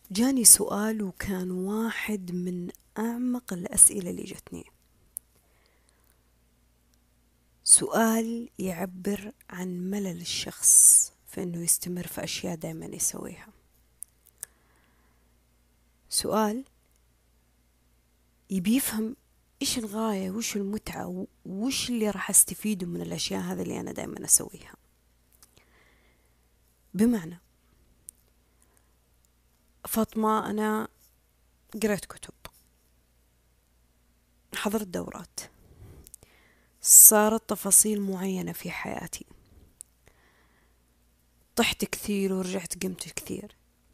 جاني سؤال وكان واحد من أعمق الأسئلة اللي جتني. سؤال يعبر عن ملل الشخص في أنه يستمر في أشياء دائما يسويها. سؤال يبي يفهم إيش الغاية وإيش المتعة وإيش اللي راح أستفيده من الأشياء هذا اللي أنا دائما أسويها. بمعنى فاطمة، أنا قرأت كتب، حضرت دورات، صارت تفاصيل معينة في حياتي، طحت كثير ورجعت قمت كثير.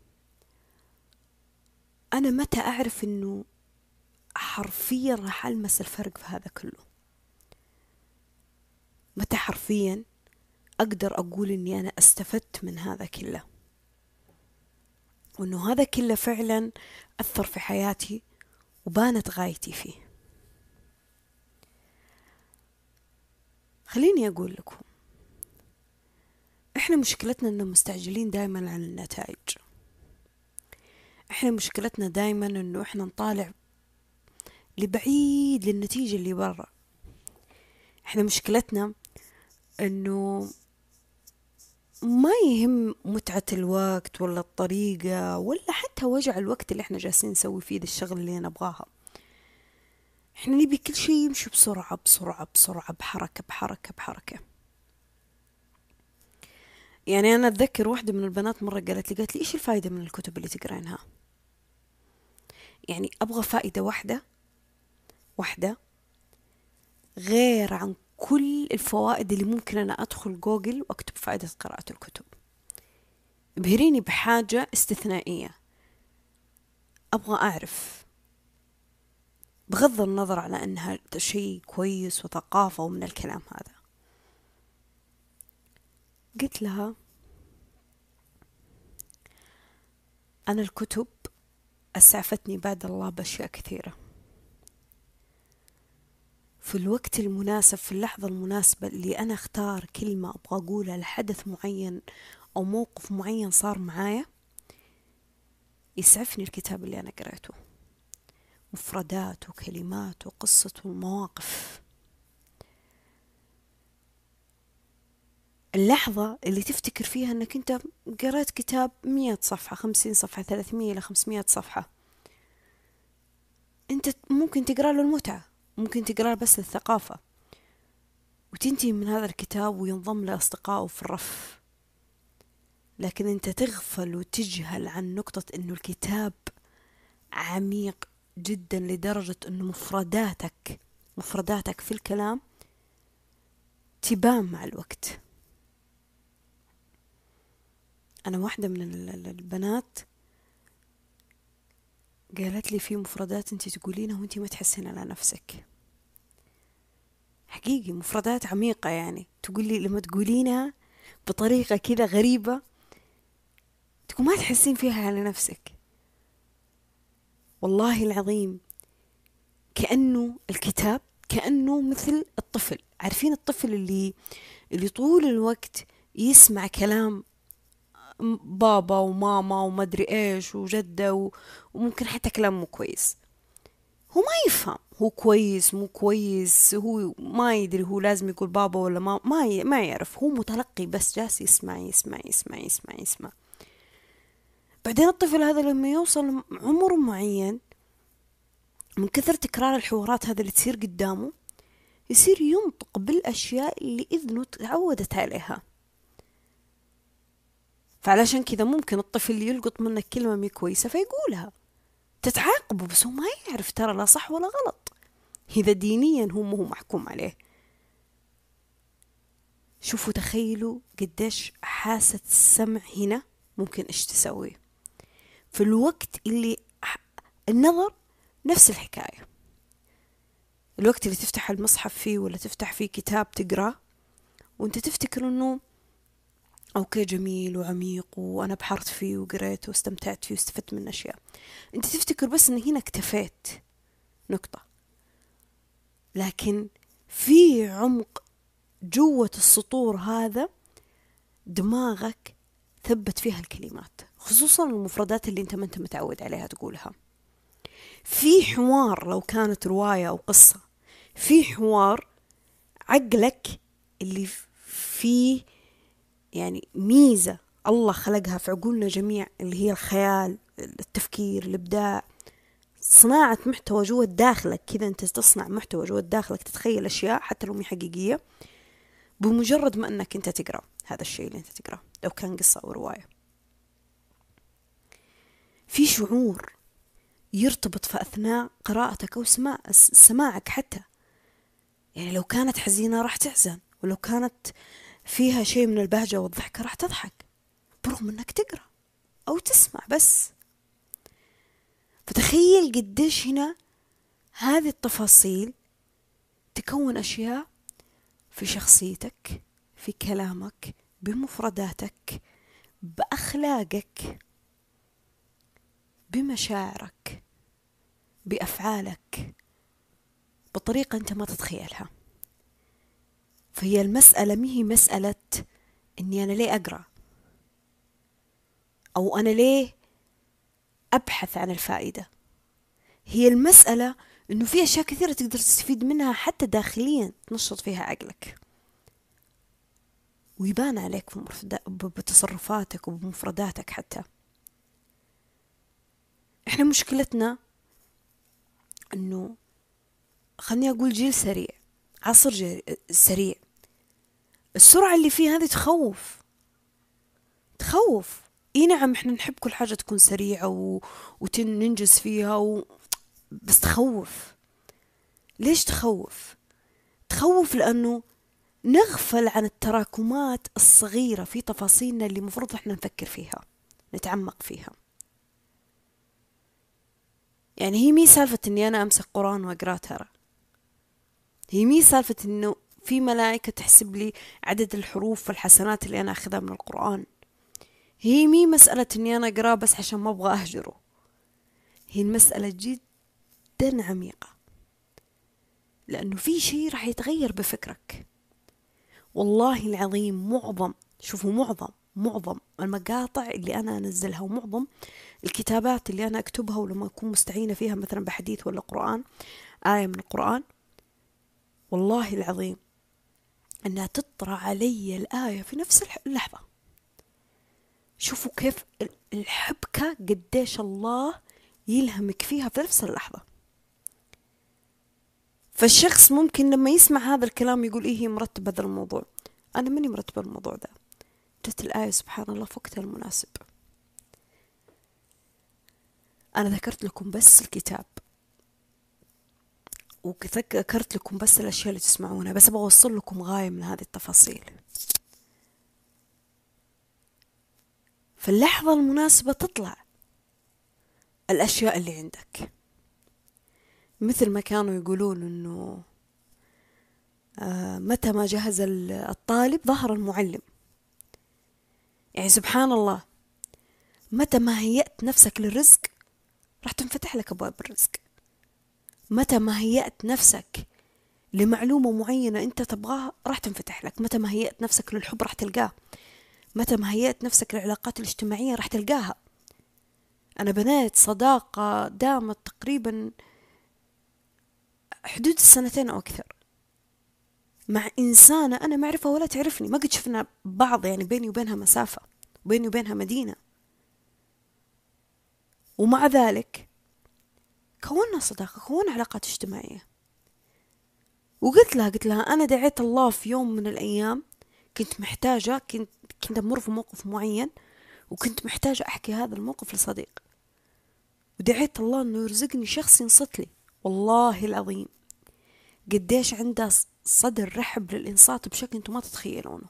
أنا متى أعرف أنه حرفيا راح ألمس الفرق في هذا كله؟ متى حرفيا أقدر أقول أني أنا استفدت من هذا كله، وأنه هذا كله فعلا أثر في حياتي وبانت غايتي فيه؟ خليني أقول لكم، إحنا مشكلتنا أنه مستعجلين دائما عن النتائج. إحنا مشكلتنا دائما أنه إحنا نطالع لبعيد للنتيجة اللي برا. إحنا مشكلتنا أنه ما يهم متعة الوقت ولا الطريقة ولا حتى وجع الوقت اللي احنا جالسين نسوي فيه الشغل اللي نبغاها. احنا نبي كل شيء يمشي بسرعة بسرعة بسرعة، بحركة بحركة بحركة. يعني أنا أتذكر واحدة من البنات مرة قالت لي إيش الفائدة من الكتب اللي تقرأينها؟ يعني أبغى فائدة واحدة غير عن كل الفوائد اللي ممكن أنا أدخل جوجل وأكتب فائدة قراءة الكتب. ابهريني بحاجة استثنائية، أبغى أعرف بغض النظر على أنها شيء كويس وثقافة ومن الكلام هذا. قلت لها أنا الكتب أسعفتني بعد الله بأشياء كثيرة، في الوقت المناسب، في اللحظة المناسبة اللي أنا أختار كلمة أبغى أقولها لحدث معين أو موقف معين صار معايا، يسعفني الكتاب اللي أنا قرأته، مفردات وكلمات وقصة ومواقف. اللحظة اللي تفتكر فيها أنك أنت قرأت كتاب 100 صفحة، 50 صفحة، 300 إلى 500 صفحة، أنت ممكن تقرأ له المتعة، ممكن تقرأ بس الثقافة، وتنتهي من هذا الكتاب وينضم لأصدقائه في الرف. لكن أنت تغفل وتجهل عن نقطة أنه الكتاب عميق جدا لدرجة أنه مفرداتك في الكلام تبان مع الوقت. أنا واحدة من البنات قالت لي في مفردات أنت تقولينها وأنت ما تحسين على نفسك. حقيقي مفردات عميقة، يعني تقول لي لما تقولينها بطريقة كذا غريبة تقول ما تحسين فيها على نفسك. والله العظيم كأنه الكتاب كأنه مثل الطفل. عارفين الطفل اللي طول الوقت يسمع كلام بابا وماما ومدري ايش وجدة وممكن حتى كلام مو كويس، هو ما يفهم هو كويس مو كويس، هو ما يدري هو لازم يقول بابا ولا ما يعرف، هو متلقي بس جالس يسمع يسمع يسمع يسمع يسمع. بعدين الطفل هذا لما يوصل عمر معين، من كثر تكرار الحوارات هذا اللي تصير قدامه، يصير ينطق بالأشياء اللي إذنه تعودت عليها. فعلشان كذا ممكن الطفل يلقط منك كلمة مي كويسة فيقولها، تتعاقبه بس هو ما يعرف ترى لا صح ولا غلط، إذا دينيا هو مو محكوم عليه. شوفوا تخيلوا قديش حاسة السمع هنا ممكن إيش تسوي في الوقت اللي النظر نفس الحكاية. الوقت اللي تفتح المصحف فيه ولا تفتح فيه كتاب تقرأ وانت تفتكر انه اوكي جميل وعميق وانا بحرت فيه وقريت واستمتعت فيه واستفدت من اشياء، انت تفتكر بس ان هنا اكتفيت نقطة. لكن في عمق جوة السطور هذا دماغك ثبت فيها الكلمات، خصوصا المفردات اللي انت ما انت متعود عليها تقولها. في حوار لو كانت رواية أو قصة، في حوار عقلك اللي فيه يعني ميزة الله خلقها في عقولنا جميع، اللي هي الخيال، التفكير، الإبداع، صناعة محتوى جوا داخلك كذا. أنت تصنع محتوى جوا داخلك، تتخيل أشياء حتى لو مي حقيقية بمجرد ما أنك أنت تقرأ هذا الشيء اللي أنت تقرأه، لو كان قصة أو رواية. في شعور يرتبط في أثناء قراءتك أو سماعك حتى. يعني لو كانت حزينة راح تحزن، ولو كانت فيها شيء من البهجة والضحكة راح تضحك، برغم أنك تقرأ أو تسمع بس. فتخيل قديش هنا هذه التفاصيل تكون أشياء في شخصيتك، في كلامك، بمفرداتك، بأخلاقك، بمشاعرك، بأفعالك، بطريقة أنت ما تتخيلها. فهي المسألة مهي مسألة أني أنا ليه أقرأ أو أنا ليه أبحث عن الفائدة. هي المسألة أنه في أشياء كثيرة تقدر تستفيد منها حتى داخليا، تنشط فيها عقلك ويبان عليك بتصرفاتك وبمفرداتك حتى. إحنا مشكلتنا أنه خلني أقول جيل سريع، عصر سريع. السرعة اللي فيه هذه تخوف. إيه نعم إحنا نحب كل حاجة تكون سريعة وتنجز فيها بس تخوف. ليش تخوف؟ تخوف لأنه نغفل عن التراكمات الصغيرة في تفاصيلنا اللي مفروض إحنا نفكر فيها، نتعمق فيها. يعني هي مي سالفة إني أنا أمسك قرآن وأقرأ، ترى هي مي سالفة إنه في ملائكة تحسب لي عدد الحروف والحسنات اللي أنا أخذها من القرآن. هي مي مسألة إني أنا أقرأ بس عشان ما أبغى أهجره. هي المسألة جدا عميقة، لأنه في شيء راح يتغير بفكرك. والله العظيم معظم المقاطع اللي أنا أنزلها ومعظم الكتابات اللي أنا أكتبها، ولما أكون مستعينة فيها مثلا بحديث ولا قرآن، آية من القرآن، والله العظيم أنها تطرى علي الآية في نفس اللحظة. شوفوا كيف الحبكة قديش الله يلهمك فيها في نفس اللحظة. فالشخص ممكن لما يسمع هذا الكلام يقول إيه هي مرتب هذا الموضوع. أنا ماني مرتبة الموضوع ده، جت الآية سبحان الله في وقتها المناسب. أنا ذكرت لكم بس الكتاب، وذكرت لكم بس الأشياء اللي تسمعونها، بس أبغى أوصل لكم غاية من هذه التفاصيل. في اللحظة المناسبة تطلع الأشياء اللي عندك. مثل ما كانوا يقولون إنه متى ما جهز الطالب ظهر المعلم. يعني سبحان الله، متى ما هيأت نفسك للرزق راح تنفتح لك أبواب الرزق. متى ما هيأت نفسك لمعلومة معينة أنت تبغاها راح تنفتح لك. متى ما هيأت نفسك للحب راح تلقاه. متى ما هيأت نفسك للعلاقات الاجتماعية راح تلقاها. أنا بنيت صداقة دامت تقريبا حدود 2 أو أكثر مع إنسانة أنا ما أعرفها ولا تعرفني، ما قد شفنا بعض، يعني بيني وبينها مسافة، بيني وبينها مدينة، ومع ذلك كونا صداقة، كونا علاقات اجتماعية. وقلت لها أنا دعيت الله في يوم من الأيام، كنت محتاجة، كنت أمر في موقف معين وكنت محتاجة أحكي هذا الموقف لصديق، ودعيت الله أنه يرزقني شخص ينصت لي. والله العظيم قديش عنده صدر رحب للإنصات بشكل أنتم ما تتخيلونه.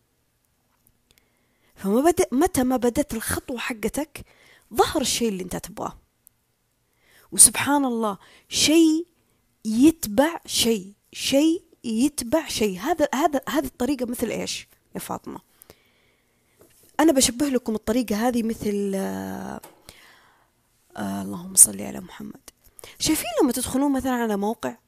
متى ما بدأت الخطوة حقتك ظهر الشيء اللي أنت تبغاه. وسبحان الله، شيء يتبع شيء، شيء يتبع شيء. هذه الطريقة مثل إيش يا فاطمة؟ أنا بشبه لكم الطريقة هذه مثل اللهم صل على محمد. شايفين لما تدخلون مثلا على موقع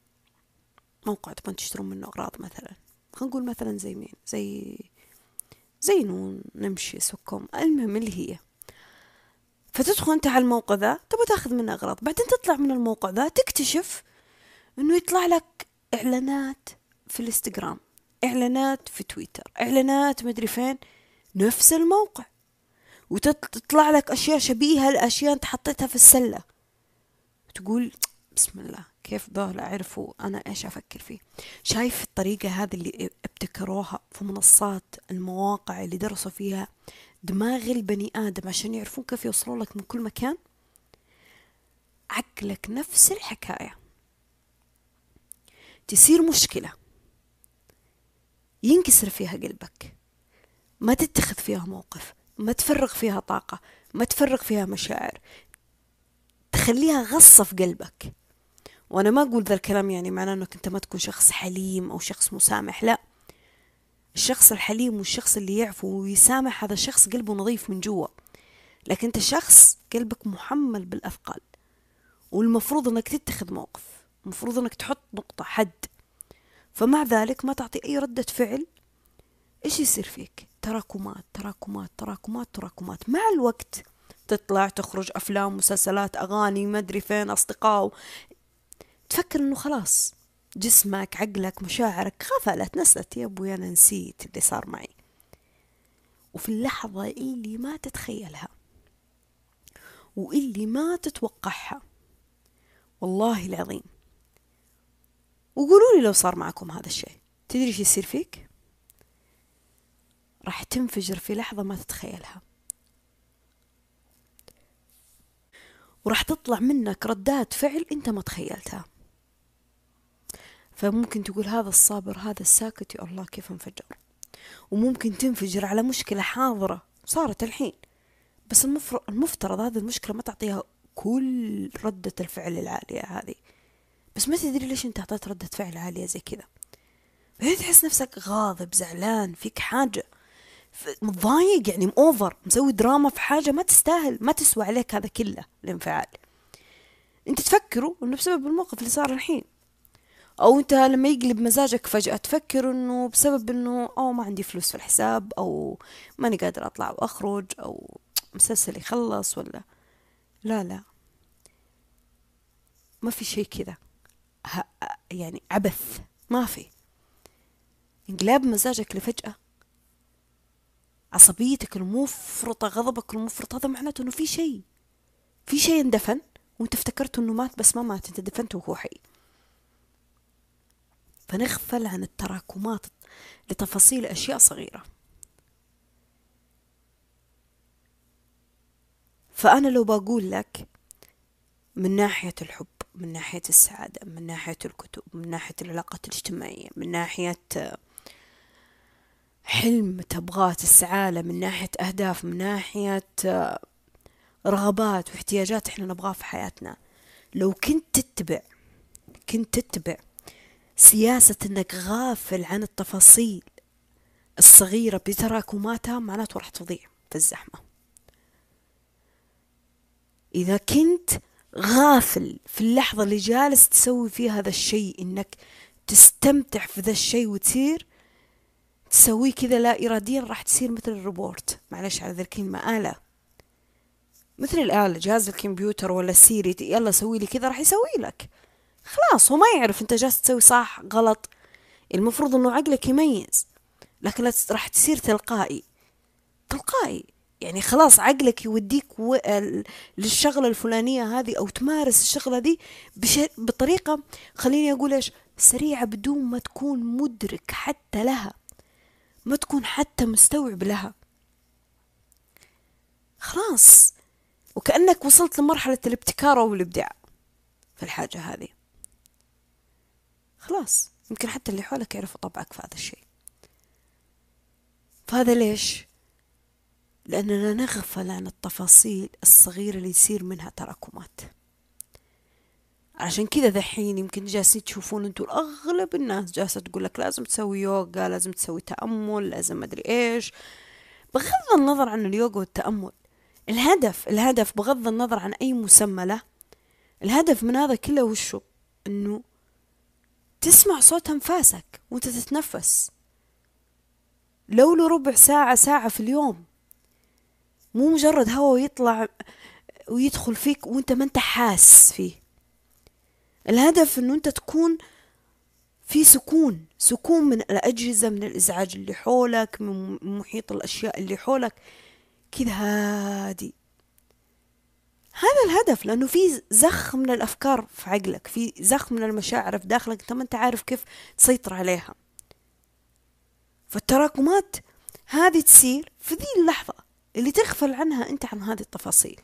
تبغون تشترون منه أغراض، مثلا خلينا نقول مثلا زي مين، زي زي نون، نمشي، سكم، المهم اللي هي. فتدخل انت على الموقع ذا تبغى تاخذ منه اغراض، بعدين تطلع من الموقع ذا تكتشف انه يطلع لك اعلانات في الانستغرام، اعلانات في تويتر، اعلانات مدري فين، نفس الموقع، وتطلع لك اشياء شبيهة الاشياء انت حطيتها في السلة، تقول بسم الله كيف ذولا عرفوا انا ايش افكر فيه. شايف الطريقة هذه اللي ابتكروها في منصات المواقع اللي درسوا فيها دماغ البني ادم عشان يعرفون كيف يوصلوا لك من كل مكان؟ عقلك نفس الحكاية. تصير مشكلة ينكسر فيها قلبك، ما تتخذ فيها موقف، ما تفرغ فيها طاقة، ما تفرغ فيها مشاعر، تخليها غصة في قلبك. وأنا ما أقول ذا الكلام يعني معناه أنك أنت ما تكون شخص حليم أو شخص مسامح، لا. الشخص الحليم والشخص اللي يعفو ويسامح هذا الشخص قلبه نظيف من جوا، لكن أنت شخص قلبك محمل بالأثقال، والمفروض أنك تتخذ موقف، المفروض أنك تحط نقطة حد. فمع ذلك ما تعطي أي ردة فعل، إيش يصير فيك؟ تراكمات تراكمات تراكمات تراكمات. مع الوقت تطلع تخرج أفلام، مسلسلات، أغاني، مدري فين، أصدقاء، تفكر إنه خلاص جسمك، عقلك، مشاعرك غفلت، نسيت، يا أبوي أنا نسيت اللي صار معي. وفي اللحظة اللي ما تتخيلها واللي ما تتوقعها، والله العظيم، وقولوا لي لو صار معكم هذا الشيء، تدري ايش يصير فيك؟ راح تنفجر في لحظة ما تتخيلها، وراح تطلع منك ردات فعل انت ما تخيلتها. فممكن تقول هذا الصابر، هذا الساكت، يا الله كيف انفجر. وممكن تنفجر على مشكلة حاضرة صارت الحين، بس المفترض هذه المشكلة ما تعطيها كل ردة الفعل العالية هذه، بس ما تدري ليش انت اعطيت ردة فعل عالية زي كذا. بعدين تحس نفسك غاضب، زعلان، فيك حاجة، متضايق، يعني مأوفر، مسوي دراما في حاجة ما تستاهل، ما تسوى عليك هذا كله الانفعال. انت تفكروا انه بسبب الموقف اللي صار الحين، او انت لما يقلب مزاجك فجأة تفكر انه بسبب انه او ما عندي فلوس في الحساب، او ماني قادر اطلع واخرج، او مسلسل يخلص، ولا لا لا، ما في شيء كذا، يعني عبث، ما في. انقلاب مزاجك لفجأة، عصبيتك المفرطة، غضبك المفرط، هذا معناته انه في شيء اندفن، وانت افتكرت انه مات، بس ما مات، انت دفنته وهو حي. فنغفل عن التراكمات لتفاصيل اشياء صغيرة. فانا لو بقول لك من ناحية الحب، من ناحية السعادة، من ناحية الكتب، من ناحية العلاقات الاجتماعية، من ناحية حلم تبغاه تسعى له، من ناحية أهداف، من ناحية رغبات واحتياجات احنا نبغاه في حياتنا، لو كنت تتبع سياسة انك غافل عن التفاصيل الصغيرة بتراكماتها، معناته راح تضيع في الزحمة. إذا كنت غافل في اللحظة اللي جالس تسوي فيها هذا الشيء، إنك تستمتع في ذا الشيء وتصير تسويه كذا لا إراديا، راح تصير مثل الروبوت، معلش على ذا الكلمة، آلة، مثل الآلة، جهاز الكمبيوتر ولا سيري، يلا سوي لي كذا راح يسوي لك. خلاص هو ما يعرف انت جالس تسوي صح غلط، المفروض انه عقلك يميز، لكن راح تصير تلقائي. يعني خلاص عقلك يوديك للشغلة الفلانية هذه، أو تمارس الشغلة دي بطريقة، خليني أقول إيش، سريعة، بدون ما تكون مدرك حتى لها، ما تكون حتى مستوعب لها. خلاص، وكأنك وصلت لمرحلة الابتكار أو الإبداع في الحاجة هذه. خلاص يمكن حتى اللي حولك يعرفوا طبعك في هذا الشيء. فهذا ليش؟ لأننا نغفل عن التفاصيل الصغيرة اللي يصير منها تراكمات. عشان كذا ذحين يمكن جالسين تشوفون انتوا اغلب الناس جالسة تقول لك لازم تسوي يوغا، لازم تسوي تأمل، لازم ادري ايش. بغض النظر عن اليوغا والتأمل، الهدف بغض النظر عن اي مسمى له، الهدف من هذا كله وشو؟ انه تسمع صوت انفاسك وانت تتنفس، لو له ربع ساعة ساعة في اليوم، مو مجرد هوا يطلع ويدخل فيك وانت ما انت حاس فيه. الهدف انه انت تكون في سكون، سكون من الأجهزة، من الإزعاج اللي حولك، من محيط الأشياء اللي حولك، كذا هادي. هذا الهدف، لأنه في زخ من الأفكار في عقلك، في زخ من المشاعر في داخلك انت ما انت عارف كيف تسيطر عليها. فالتراكمات هذه تصير في ذي اللحظة اللي تغفل عنها انت عن هذه التفاصيل.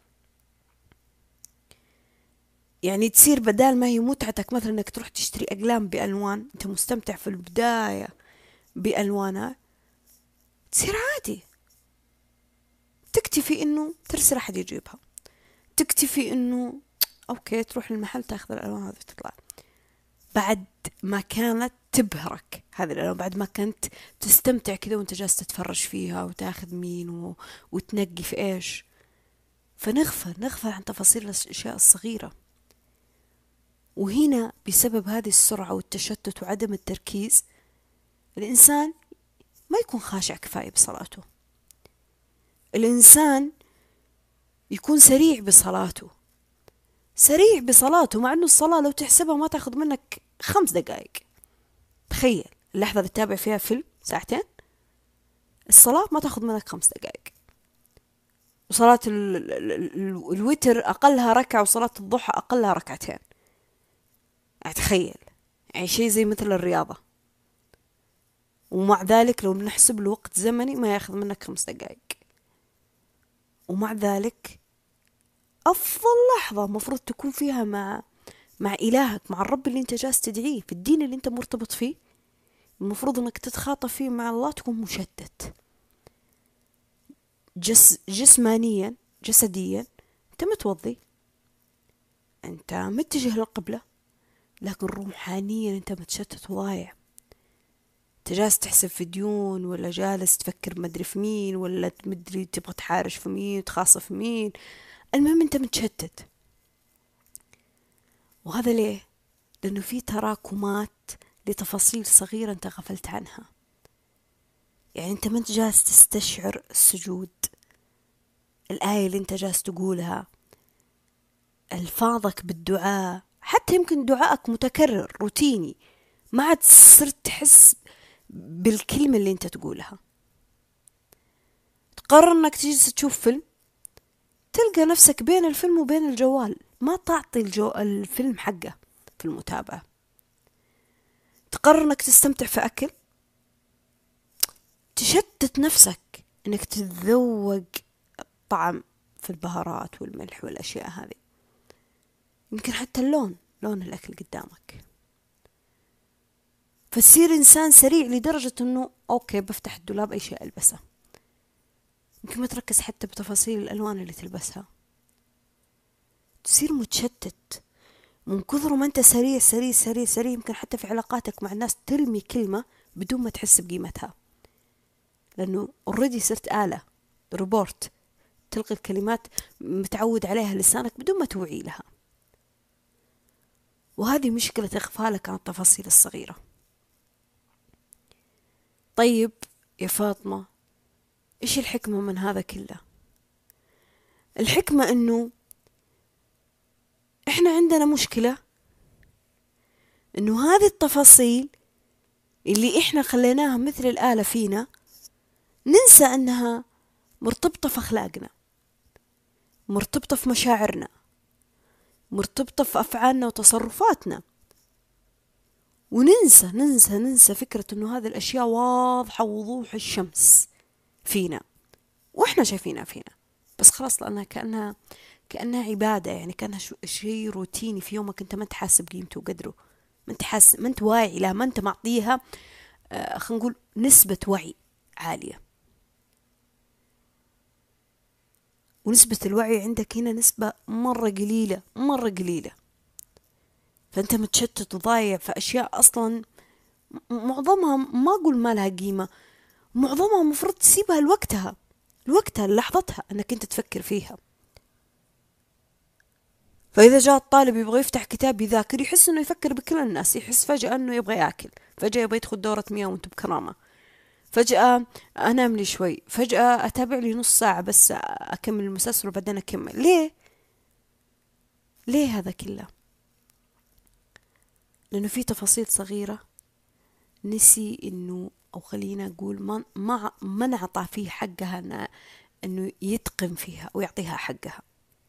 يعني تصير بدال ما هي متعتك مثلا انك تروح تشتري اقلام بالوان، انت مستمتع في البداية بالوانها، تصير عادي. تكتفي انه ترسل احد يجيبها، تكتفي انه اوكي تروح للمحل تاخذ الالوان هذه وتطلع. بعد ما كانت تبهرك هذه الالوان، بعد ما كنت تستمتع كذا وانت جالس تتفرج فيها وتاخذ مين وتنقي في ايش، فنغفل عن تفاصيل الاشياء الصغيرة. وهنا بسبب هذه السرعة والتشتت وعدم التركيز، الإنسان ما يكون خاشع كفاية بصلاته. الإنسان يكون سريع بصلاته، سريع بصلاته، مع أنه الصلاة لو تحسبها ما تاخذ منك 5 دقائق. تخيل اللحظة اللي تتابع فيها فيلم ساعتين، الصلاة ما تاخذ منك 5 دقائق. وصلاة الوتر أقلها ركعة، وصلاة الضحى أقلها ركعتين. أتخيل يعني شيء زي مثل الرياضة، ومع ذلك لو نحسب الوقت زمني ما ياخذ منك 5 دقائق. ومع ذلك أفضل لحظة مفروض تكون فيها مع إلهك، مع الرب اللي انت جالس تدعيه في الدين اللي انت مرتبط فيه، المفروض انك تتخاطب فيه مع الله، تكون مشتت جسمانيا جسديا. انت متوضي، انت متجه للقبلة، لكن روحانيا انت متشتت وضايع. انت جالس تحسب في ديون، ولا جالس تفكر مدري في مين، ولا مدري تبغى تحارش في مين، تخاصف في مين. المهم انت متشتت. وهذا ليه؟ لأنه في تراكمات لتفاصيل صغيرة انت غفلت عنها. يعني انت ما انت جالس تستشعر السجود، الآية اللي انت جالس تقولها، ألفاظك بالدعاء، حتى يمكن دعائك متكرر روتيني، ما عاد صرت تحس بالكلمة اللي انت تقولها. تقرر انك تجلس تشوف فيلم، تلقى نفسك بين الفيلم وبين الجوال، ما تعطي الفيلم حقه في المتابعة. تقرر انك تستمتع في أكل، تشتت نفسك انك تتذوق الطعم في البهارات والملح والأشياء هذه، يمكن حتى لون الأكل قدامك. فتصير إنسان سريع لدرجة أنه أوكي بفتح الدولاب أي شيء ألبسه، يمكن ما تركز حتى بتفاصيل الألوان اللي تلبسها. تصير متشتت من كثر ما أنت سريع سريع سريع سريع. يمكن حتى في علاقاتك مع الناس ترمي كلمة بدون ما تحس بقيمتها، لأنه already صرت آلة روبوت تلقي الكلمات متعود عليها لسانك بدون ما توعي لها. وهذه مشكلة إغفالك عن التفاصيل الصغيرة. طيب يا فاطمة، إيش الحكمة من هذا كله؟ الحكمة إنه إحنا عندنا مشكلة، إنه هذه التفاصيل اللي إحنا خليناها مثل الآلة فينا، ننسى أنها مرتبطة في أخلاقنا، مرتبطة في مشاعرنا، مرتبطة في أفعالنا وتصرفاتنا. وننسى فكرة أنه هذه الأشياء واضحة وضوح الشمس فينا، وإحنا شايفينها فينا، بس خلاص لأنها كأنها عبادة. يعني كأنها شيء روتيني في يومك، أنت ما أنت حاسب قيمته وقدره، ما أنت واعي لها، ما أنت معطيها خلينا نقول نسبة وعي عالية. ونسبة الوعي عندك هنا نسبة مرة قليلة مرة قليلة. فأنت متشتت وضايع في أشياء أصلا معظمها ما أقول ما لها قيمة، معظمها مفروض تسيبها لوقتها لحظتها أنك أنت تفكر فيها. فإذا جاء الطالب يبغى يفتح كتاب يذاكر، يحس أنه يفكر بكل الناس، يحس فجأة أنه يبغى يأكل، فجأة يبغى يدخل دورة مياه وأنت بكرامة، فجأة أنام لي شوي، فجأة أتابع لي نص ساعة بس أكمل المسلسل وبعدين أكمل. ليه؟ ليه هذا كله؟ لأنه في تفاصيل صغيرة نسي إنه، أو خلينا نقول ما نعطى فيه حقها، إنه يتقن فيها ويعطيها حقها.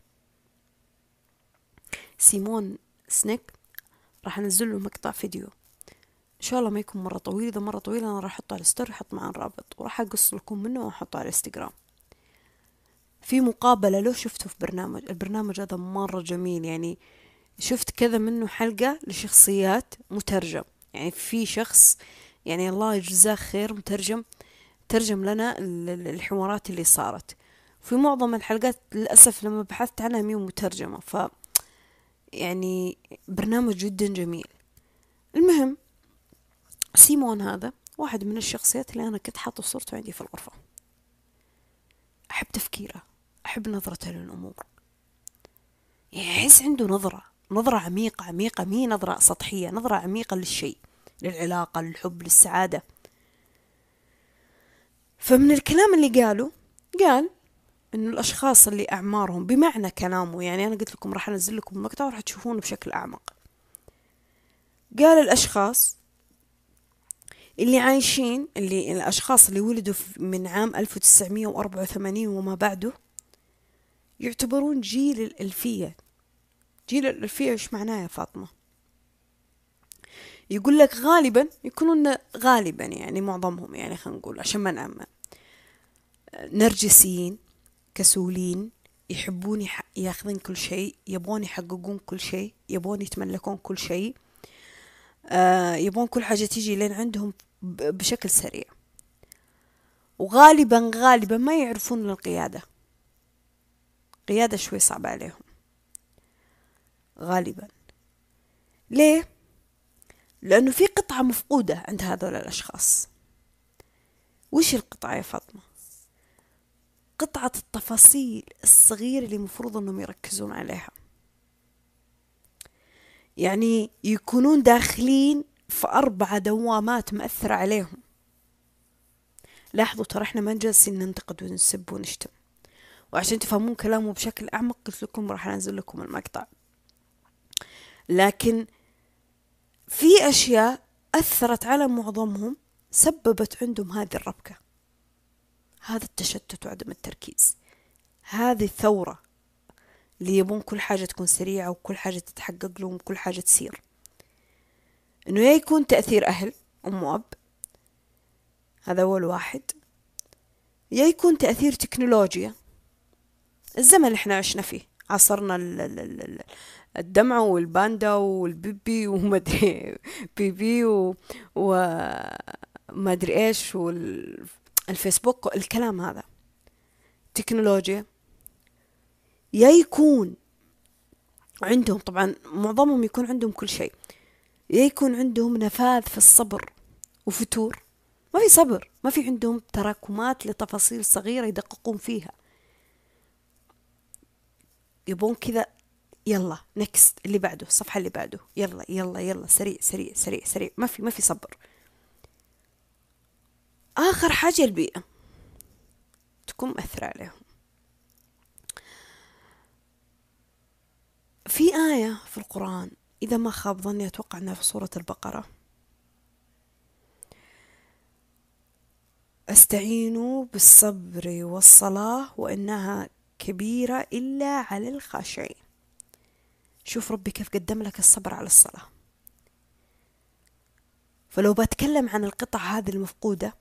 سيمون سنيك راح أنزل له مقطع فيديو إن شاء الله ما يكون مرة طويل. إذا مرة طويل أنا راح أحطه على الستوري، أحط معاه الرابط وراح أقص لكم منه وأحطه على الانستغرام. في مقابلة له شفته في برنامج، البرنامج هذا مرة جميل يعني. شفت كذا منه حلقة لشخصيات مترجم، يعني في شخص يعني الله يجزاه خير مترجم، ترجم لنا الحوارات اللي صارت في معظم الحلقات. للأسف لما بحثت عنها ميو مترجمة، يعني برنامج جدا جميل. المهم سيمون هذا واحد من الشخصيات اللي أنا كنت حاطة صورته عندي في الغرفة. أحب تفكيره، أحب نظرته للأمور، يعني أحس عنده نظرة عميقة عميقة، مي نظرة سطحية، نظرة عميقة للشيء، للعلاقة، للحب، للسعادة. فمن الكلام اللي قال إنه الأشخاص اللي أعمارهم بمعنى كلامه، يعني أنا قلت لكم راح أنزل لكم المقطع وراح تشوفونه بشكل أعمق. قال الأشخاص اللي عايشين، الأشخاص اللي ولدوا من عام 1984 وما بعده يعتبرون جيل الألفية. جيل الألفية إيش معناه يا فاطمة؟ يقول لك غالبا يكونون، غالبا يعني معظمهم، يعني خلينا نقول عشان ما نعمم، نرجسيين، كسولين، يحبون ياخذون كل شيء، يبغون يحققون كل شيء، يبغون يتملكون كل شيء، يبغون كل حاجة تيجي لين عندهم بشكل سريع. وغالبا ما يعرفون القيادة، قيادة شوي صعبة عليهم غالبا. ليه؟ لأنه في قطعة مفقودة عند هذول الأشخاص. وش القطعة يا فاطمة؟ قطعة التفاصيل الصغيرة اللي مفروض أنهم يركزون عليها. يعني يكونون داخلين في 4 دوامات مأثرة عليهم. لاحظوا ترى احنا ما جالسين ننتقد ونسب ونشتم، وعشان تفهمون كلامه بشكل أعمق قلت لكم راح أنزل لكم المقطع. لكن في أشياء أثرت على معظمهم، سببت عندهم هذه الربكة، هذا التشتت وعدم التركيز، هذه الثورة اللي يبون كل حاجة تكون سريعة وكل حاجة تتحقق لهم وكل حاجة تصير. إنه يا يكون تأثير أهل أم وأب، هذا أول واحد، يا يكون تأثير تكنولوجيا، الزمن اللي احنا عشنا فيه، عصرنا الدمعة والباندا والبيبي ومدري بيبي ومدري ايش والفيسبوك الكلام هذا تكنولوجيا. يا يكون عندهم، طبعا معظمهم يكون عندهم كل شيء، يا يكون عندهم نفاذ في الصبر وفتور، ما في صبر، ما في عندهم تراكمات لتفاصيل صغيرة يدققون فيها، يبون كذا يلا نكست اللي بعده، الصفحة اللي بعده، يلا يلا يلا سريع سريع سريع سريع، ما في صبر. آخر حاجة البيئة تكون مأثرة عليهم. في آية في القرآن إذا ما خاب ظني أتوقع أنها في سورة البقرة، استعينوا بالصبر والصلاة وإنها كبيرة إلا على الخاشعين. شوف ربي كيف قدم لك الصبر على الصلاة. فلو بتكلم عن القطع هذه المفقودة،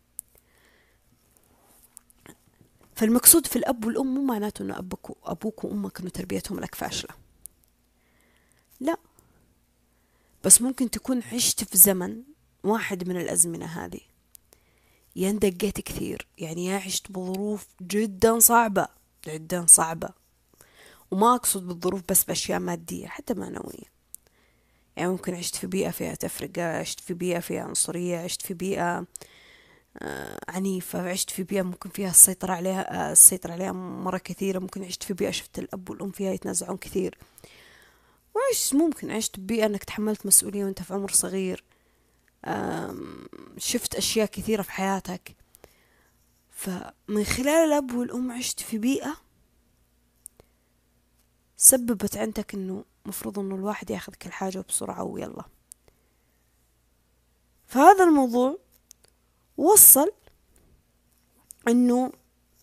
فالمقصود في الأب والأم مو معناته أنه أبوك وأمك أنه تربيتهم لك فاشلة، لا، بس ممكن تكون عشت في زمن واحد من الأزمنة هذه، يا دقيت كثير، يعني يا عشت بظروف جدا صعبة جدا صعبة، وما أقصد بالظروف بس بأشياء مادية، حتى معنوية. يعني ممكن عشت في بيئة فيها تفرقة، عشت في بيئة فيها عنصرية، عشت في بيئة عنيفة، عشت في بيئة ممكن فيها السيطرة عليها مرة كثيرة، ممكن عشت في بيئة شفت الأب والأم فيها يتنازعون كثير، ممكن عشت ببيئة أنك تحملت مسؤولية وأنت في عمر صغير، شفت أشياء كثيرة في حياتك، فمن خلال الأب والأم عشت في بيئة سببت عندك إنه مفروض إنه الواحد ياخذ كل حاجة بسرعة ويلا. فهذا الموضوع وصل إنه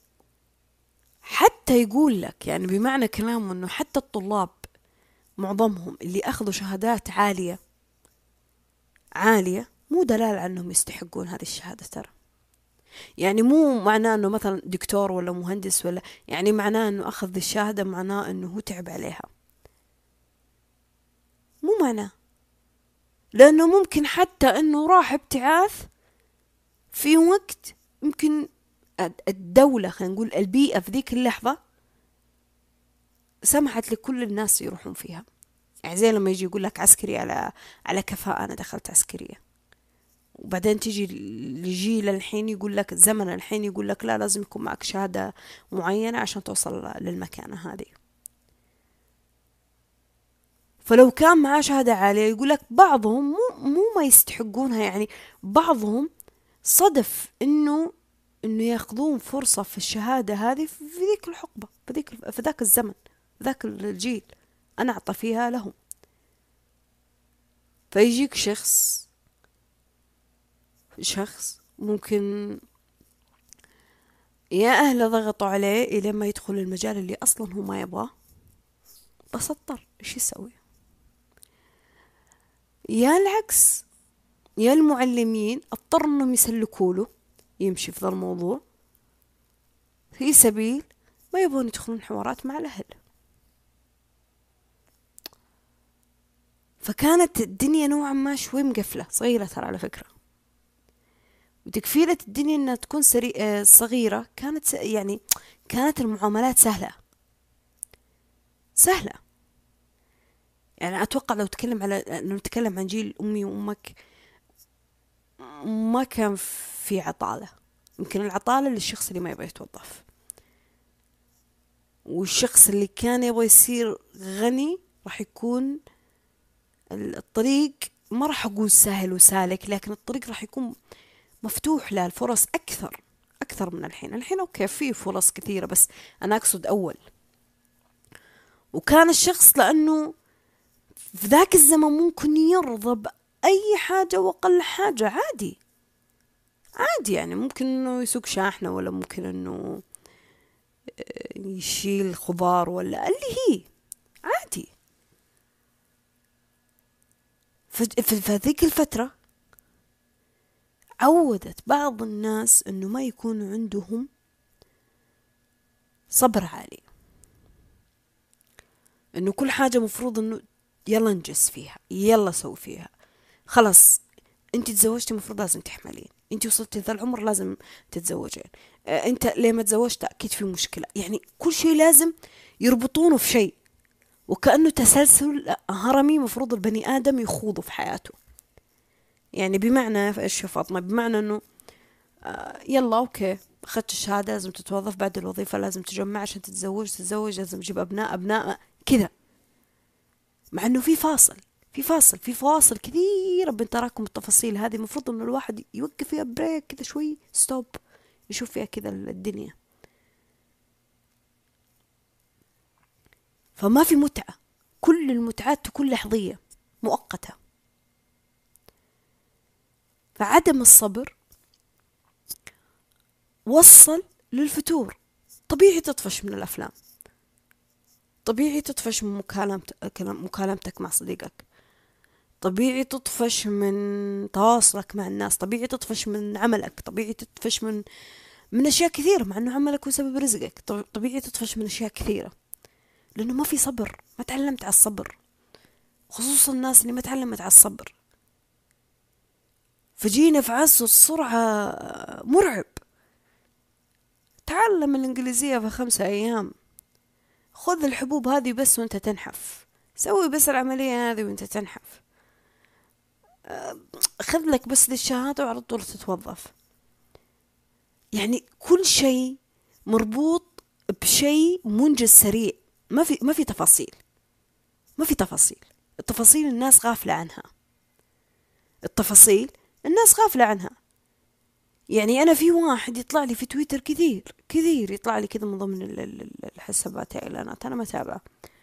حتى يقول لك، يعني بمعنى كلامه، إنه حتى الطلاب معظمهم اللي أخذوا شهادات عالية عالية مو دلالة أنهم يستحقون هذه الشهادة ترى. يعني مو معناه أنه مثلا دكتور ولا مهندس ولا، يعني معناه أنه أخذ الشهادة معناه أنه هو تعب عليها، مو معناه. لأنه ممكن حتى أنه راح ابتعاث في وقت ممكن الدولة، خلينا نقول البيئة في ذيك اللحظة سمحت لكل الناس يروحون فيها. يعني زي لما يجي يقول لك عسكري على كفاءة، أنا دخلت عسكرية، وبعدين تيجي الجيل الحين يقول لك، الزمن الحين يقول لك لا، لازم يكون معك شهادة معينة عشان توصل للمكانة هذه. فلو كان معاه شهادة عالية يقول لك بعضهم مو ما يستحقونها، يعني بعضهم صدف انه ياخذون فرصة في الشهادة هذه في ذيك الحقبة، في ذاك الزمن، ذاك الجيل انا اعطى فيها لهم. فيجيك شخص ممكن يا أهله ضغطوا عليه إلى ما يدخل المجال اللي أصلا هو ما يبغاه، بس اضطر إيش يسوي؟ يا العكس، يا المعلمين اضطر إنهم يسلكوا له يمشي في ذا الموضوع في سبيل ما يبغون يدخلون حوارات مع الأهل. فكانت الدنيا نوعا ما شوي مقفلة، صغيرة ترى على فكرة، وتكفيلة الدنيا إنها تكون صغيرة. يعني كانت المعاملات سهلة. يعني أتوقع لو نتكلم عن جيل أمي وأمك، ما كان في عطالة. يمكن العطالة للشخص اللي ما يبغى يتوظف، والشخص اللي كان يبغى يصير غني راح يكون الطريق، ما راح أقول سهل وسالك، لكن الطريق راح يكون مفتوح له الفرص أكثر من الحين أوكي في فرص كثيرة، بس أنا أقصد أول. وكان الشخص لأنه في ذاك الزمن ممكن يرضى بأي حاجة وأقل حاجة عادي، يعني ممكن إنه يسوق شاحنة، ولا ممكن إنه يشيل خضار، ولا اللي هي عادي. فذيك الفترة عودت بعض الناس إنه ما يكون عندهم صبر عالي، إنه كل حاجة مفروض إنه يلا نجس فيها، يلا سوي فيها، خلاص انت تزوجتي مفروض لازم تحملين، انت وصلتي ذا العمر لازم تتزوجين، انت ليه ما تزوجت اكيد في مشكلة. يعني كل شيء لازم يربطونه في شيء، وكأنه تسلسل هرمي مفروض البني آدم يخوضه في حياته. يعني بمعنى ايش يا فاطمة؟ بمعنى انه يلا اوكي اخذت الشهادة لازم تتوظف، بعد الوظيفة لازم تجمع عشان تتزوج، لازم تجيب ابناء كذا. مع انه في فواصل كثيرة بين تراكم التفاصيل هذه، المفروض انه الواحد يوقف فيها بريك كذا شوي، ستوب، يشوف فيها كذا الدنيا. فما في متعة، كل المتعات تكون لحظية مؤقتة. فعدم الصبر وصل للفتور. طبيعي تطفش من الأفلام، طبيعي تطفش من مكالمتك مع صديقك، طبيعي تطفش من تواصلك مع الناس، طبيعي تطفش من عملك، طبيعي تطفش من أشياء كثيرة، مع أنه عملك هو سبب رزقك. طبيعي تطفش من أشياء كثيرة، لأنه ما في صبر، ما تعلمت على الصبر، خصوصا الناس اللي ما تعلمت على الصبر. فجينا في عصر السرعة مرعب. تعلم الإنجليزية في 5 أيام، خذ الحبوب هذه بس وانت تنحف، سوي بس العملية هذه وانت تنحف، خذ لك بس الشهادة وعلى طول تتوظف. يعني كل شيء مربوط بشيء منجز سريع، ما في تفاصيل، التفاصيل الناس غافلة عنها، يعني أنا في واحد يطلع لي في تويتر كثير كثير، يطلع لي كذا من ضمن الحسابات، إعلانات أنا ما أتابعه.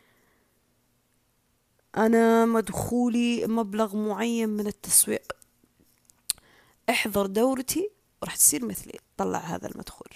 أنا مدخولي مبلغ معين من التسويق، احضر دورتي راح تصير مثلي، طلع هذا المدخول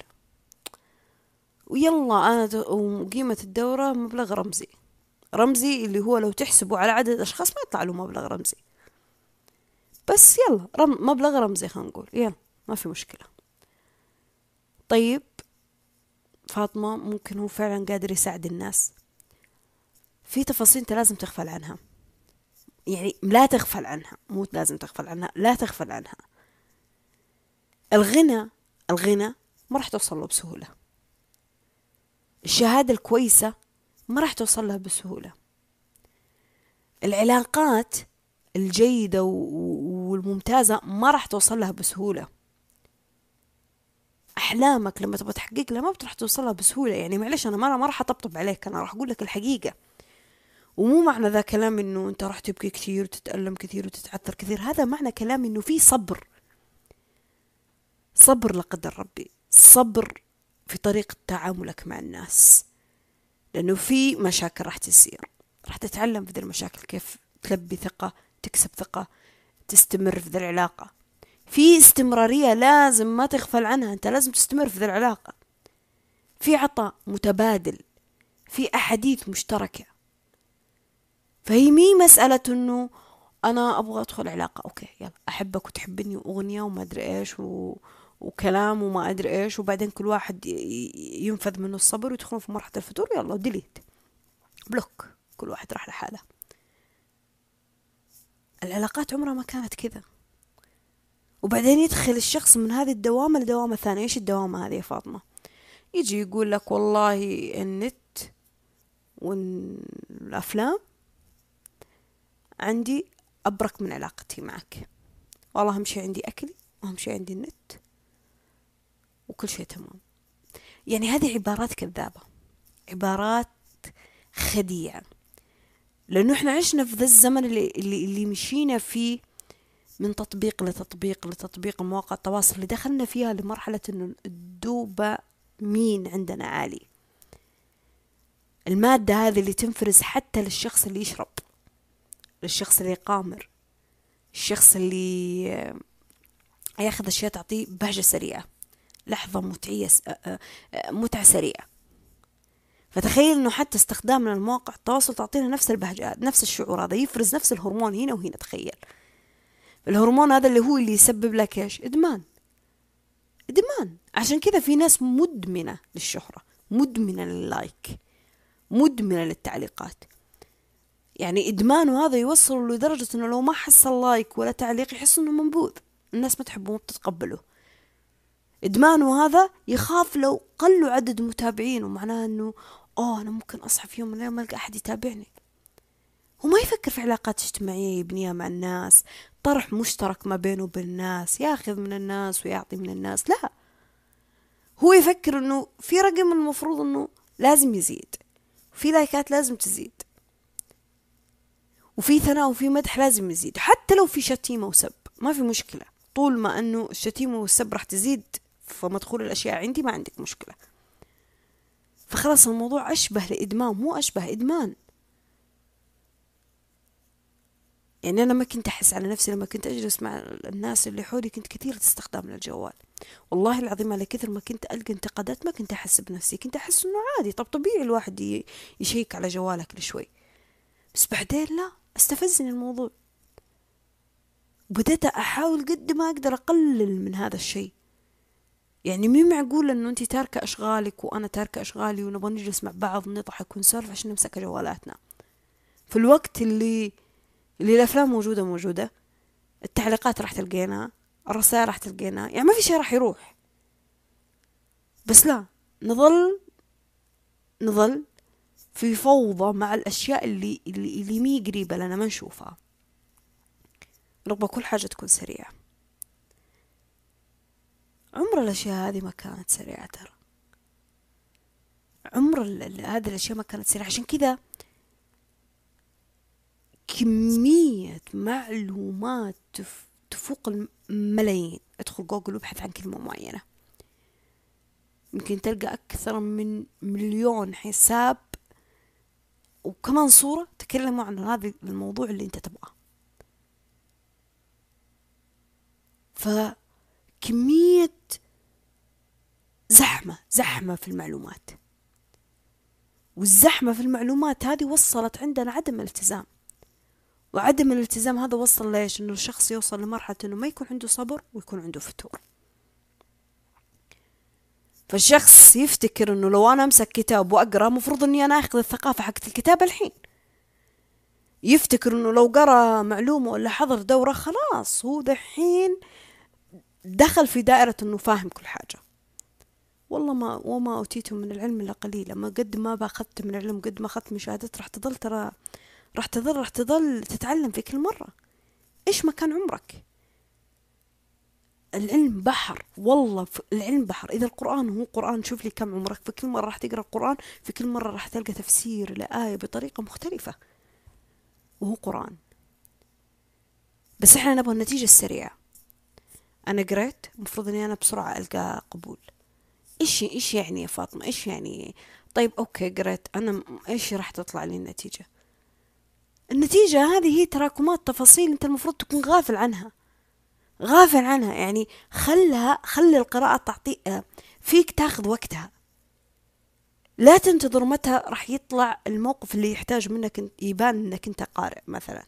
ويلا. وقيمة الدورة مبلغ رمزي، رمزي اللي هو لو تحسبوا على عدد أشخاص ما يطلع له مبلغ رمزي، بس يلا مبلغ رمزي خلينا نقول، يلا ما في مشكلة. طيب فاطمة ممكن هو فعلا قادر يساعد الناس، في تفاصيل انت لازم تغفل عنها، يعني لا تغفل عنها، مو لازم تغفل عنها، لا تغفل عنها. الغنى، الغنى ما راح توصل له بسهولة، الشهادة الكويسة ما راح توصل لها بسهولة، العلاقات الجيدة والممتازة ما راح توصل لها بسهولة، أحلامك لما تبغى تحقق لها ما بتروح توصلها بسهولة. يعني معلش أنا ما راح أطبطب عليك، أنا راح أقول لك الحقيقة. ومو معنى ذا كلام إنه أنت راح تبكي كثير وتتألم كثير وتتعثر كثير، هذا معنى كلام إنه في صبر، صبر لقدر ربي، صبر في طريقة تعاملك مع الناس، لأنه في مشاكل راح تصير، راح تتعلم في ذي المشاكل كيف تلبي ثقة، تكسب ثقة، تستمر في ذي العلاقة. في استمرارية لازم ما تغفل عنها، أنت لازم تستمر في ذي العلاقة، في عطاء متبادل، في أحاديث مشتركة. فهي مي مسألة إنه أنا أبغى أدخل علاقة، أوكي يلا أحبك وتحبني وأغنية وما أدري إيش وكلام وما أدري إيش، وبعدين كل واحد ينفذ منه الصبر ويدخلون في مرحلة الفتور، يلا ديليت، بلوك، كل واحد راح لحاله. العلاقات عمرها ما كانت كذا. وبعدين يدخل الشخص من هذه الدوامة لدوامة ثانية. إيش الدوامة هذه يا فاطمة؟ يجي يقول لك والله النت والأفلام عندي أبرك من علاقتي معك، والله أهم شي عندي أكلي وأهم شي عندي النت وكل شيء تمام. يعني هذه عبارات كذابة، عبارات خديعة، لأنه إحنا عشنا في ذا الزمن اللي مشينا فيه من تطبيق لتطبيق لتطبيق، مواقع التواصل اللي دخلنا فيها لمرحلة إنه الدوبامين عندنا عالي، المادة هذه اللي تنفرز حتى للشخص اللي يشرب، للشخص اللي يقامر، الشخص اللي ياخذ أشياء تعطيه بهجة سريعة، لحظة متعية، متعة سريعة. فتخيل إنه حتى استخدامنا لمواقع التواصل تعطينا نفس البهجة، نفس الشعور هذا، يفرز نفس الهرمون هنا وهنا. تخيل الهرمون هذا اللي هو اللي يسبب لك إيش؟ إدمان، إدمان. عشان كذا في ناس مدمنة للشهرة، مدمنة لللايك، مدمنة للتعليقات. يعني إدمانه هذا يوصل لدرجة إنه لو ما حصل لايك ولا تعليق يحس إنه منبوذ، الناس ما تحبه وما بتتقبله. إدمانه هذا يخاف لو قلوا عدد متابعينه، معناه إنه أنا ممكن أصحى في يوم من الأيام ما ألقى أحد يتابعني. هو ما يفكر في علاقات اجتماعية يبنيها مع الناس، طرح مشترك ما بينه وبين الناس، ياخذ من الناس ويعطي من الناس، لا، هو يفكر إنه في رقم المفروض إنه لازم يزيد، في لايكات لازم تزيد، وفي ثناء وفي مدح لازم يزيد، حتى لو في شتيمة وسب ما في مشكلة، طول ما أنه الشتيمة والسب راح تزيد فمدخول الأشياء عندي ما عندك مشكلة. فخلاص الموضوع أشبه لإدمان، مو أشبه إدمان. يعني أنا ما كنت أحس على نفسي لما كنت أجلس مع الناس اللي حولي، كنت كثير تستخدم للجوال، والله العظيم على كثر ما كنت ألقى انتقادات ما كنت أحس بنفسي، كنت أحس إنه عادي، طب طبيعي الواحد يشيك على جوالك لشوي. بس بعدين لا، استفزني الموضوع، بديت أحاول قد ما أقدر أقلل من هذا الشيء. يعني مو معقول إنه أنتي تاركة أشغالك وأنا تاركة أشغالي ونبغى نجلس مع بعض ونضحك ونسولف عشان نمسك جوالاتنا في الوقت اللي الأفلام موجودة، التعليقات راح تلقينها، الرسائل راح تلقينها، يعني ما في شيء راح يروح. بس لا، نظل في فوضى مع الأشياء اللي مي قريبة لنا ما نشوفها، نبغى كل حاجة تكون سريعة. عمر الأشياء هذه ما كانت سريعة ترى، عمر هذه الأشياء ما كانت سريعة. عشان كذا كمية معلومات تفوق الملايين ادخل جوجل وابحث عن كلمة معينة، يمكن تلقى أكثر من 1,000,000 حساب وكمان صورة تكلموا عن هذا الموضوع اللي انت تبغاه. فكمية زحمة في المعلومات، والزحمة في المعلومات هذه وصلت عندنا عدم الالتزام، وعدم الالتزام هذا وصل ليش؟ انه الشخص يوصل لمرحلة انه ما يكون عنده صبر ويكون عنده فتور. فالشخص يفتكر انه لو انا امسك كتاب واقرا مفروض اني انا اخذ الثقافة حقت الكتاب الحين، يفتكر انه لو قرا معلومة ولا حضر دورة خلاص هو دحين دخل في دائرة انه فاهم كل حاجة. والله وما أوتيتم من العلم إلا قليلا. ما قد ما أخذت من العلم قد ما أخذت من شهادات راح تظل ترى راح تظل تتعلم في كل مرة. إيش ما كان عمرك. العلم بحر، والله العلم بحر. إذا القرآن هو قرآن، شوف لي كم عمرك، في كل مرة راح تقرأ القرآن في كل مرة راح تلقى تفسير لآية بطريقة مختلفة، وهو قرآن. بس إحنا نبغى النتيجة السريعة. أنا قرأت مفروض أني أنا بسرعة ألقى قبول. إيش يعني يا فاطمة؟ إيش يعني؟ طيب أوكي قرأت أنا، إيش راح تطلع لي النتيجة؟ النتيجة هذه هي تراكمات تفاصيل أنت المفروض تكون غافل عنها. يعني خلي القراءة تعطي فيك تاخذ وقتها. لا تنتظر متى راح يطلع الموقف اللي يحتاج منك يبان أنك أنت قارئ. مثلا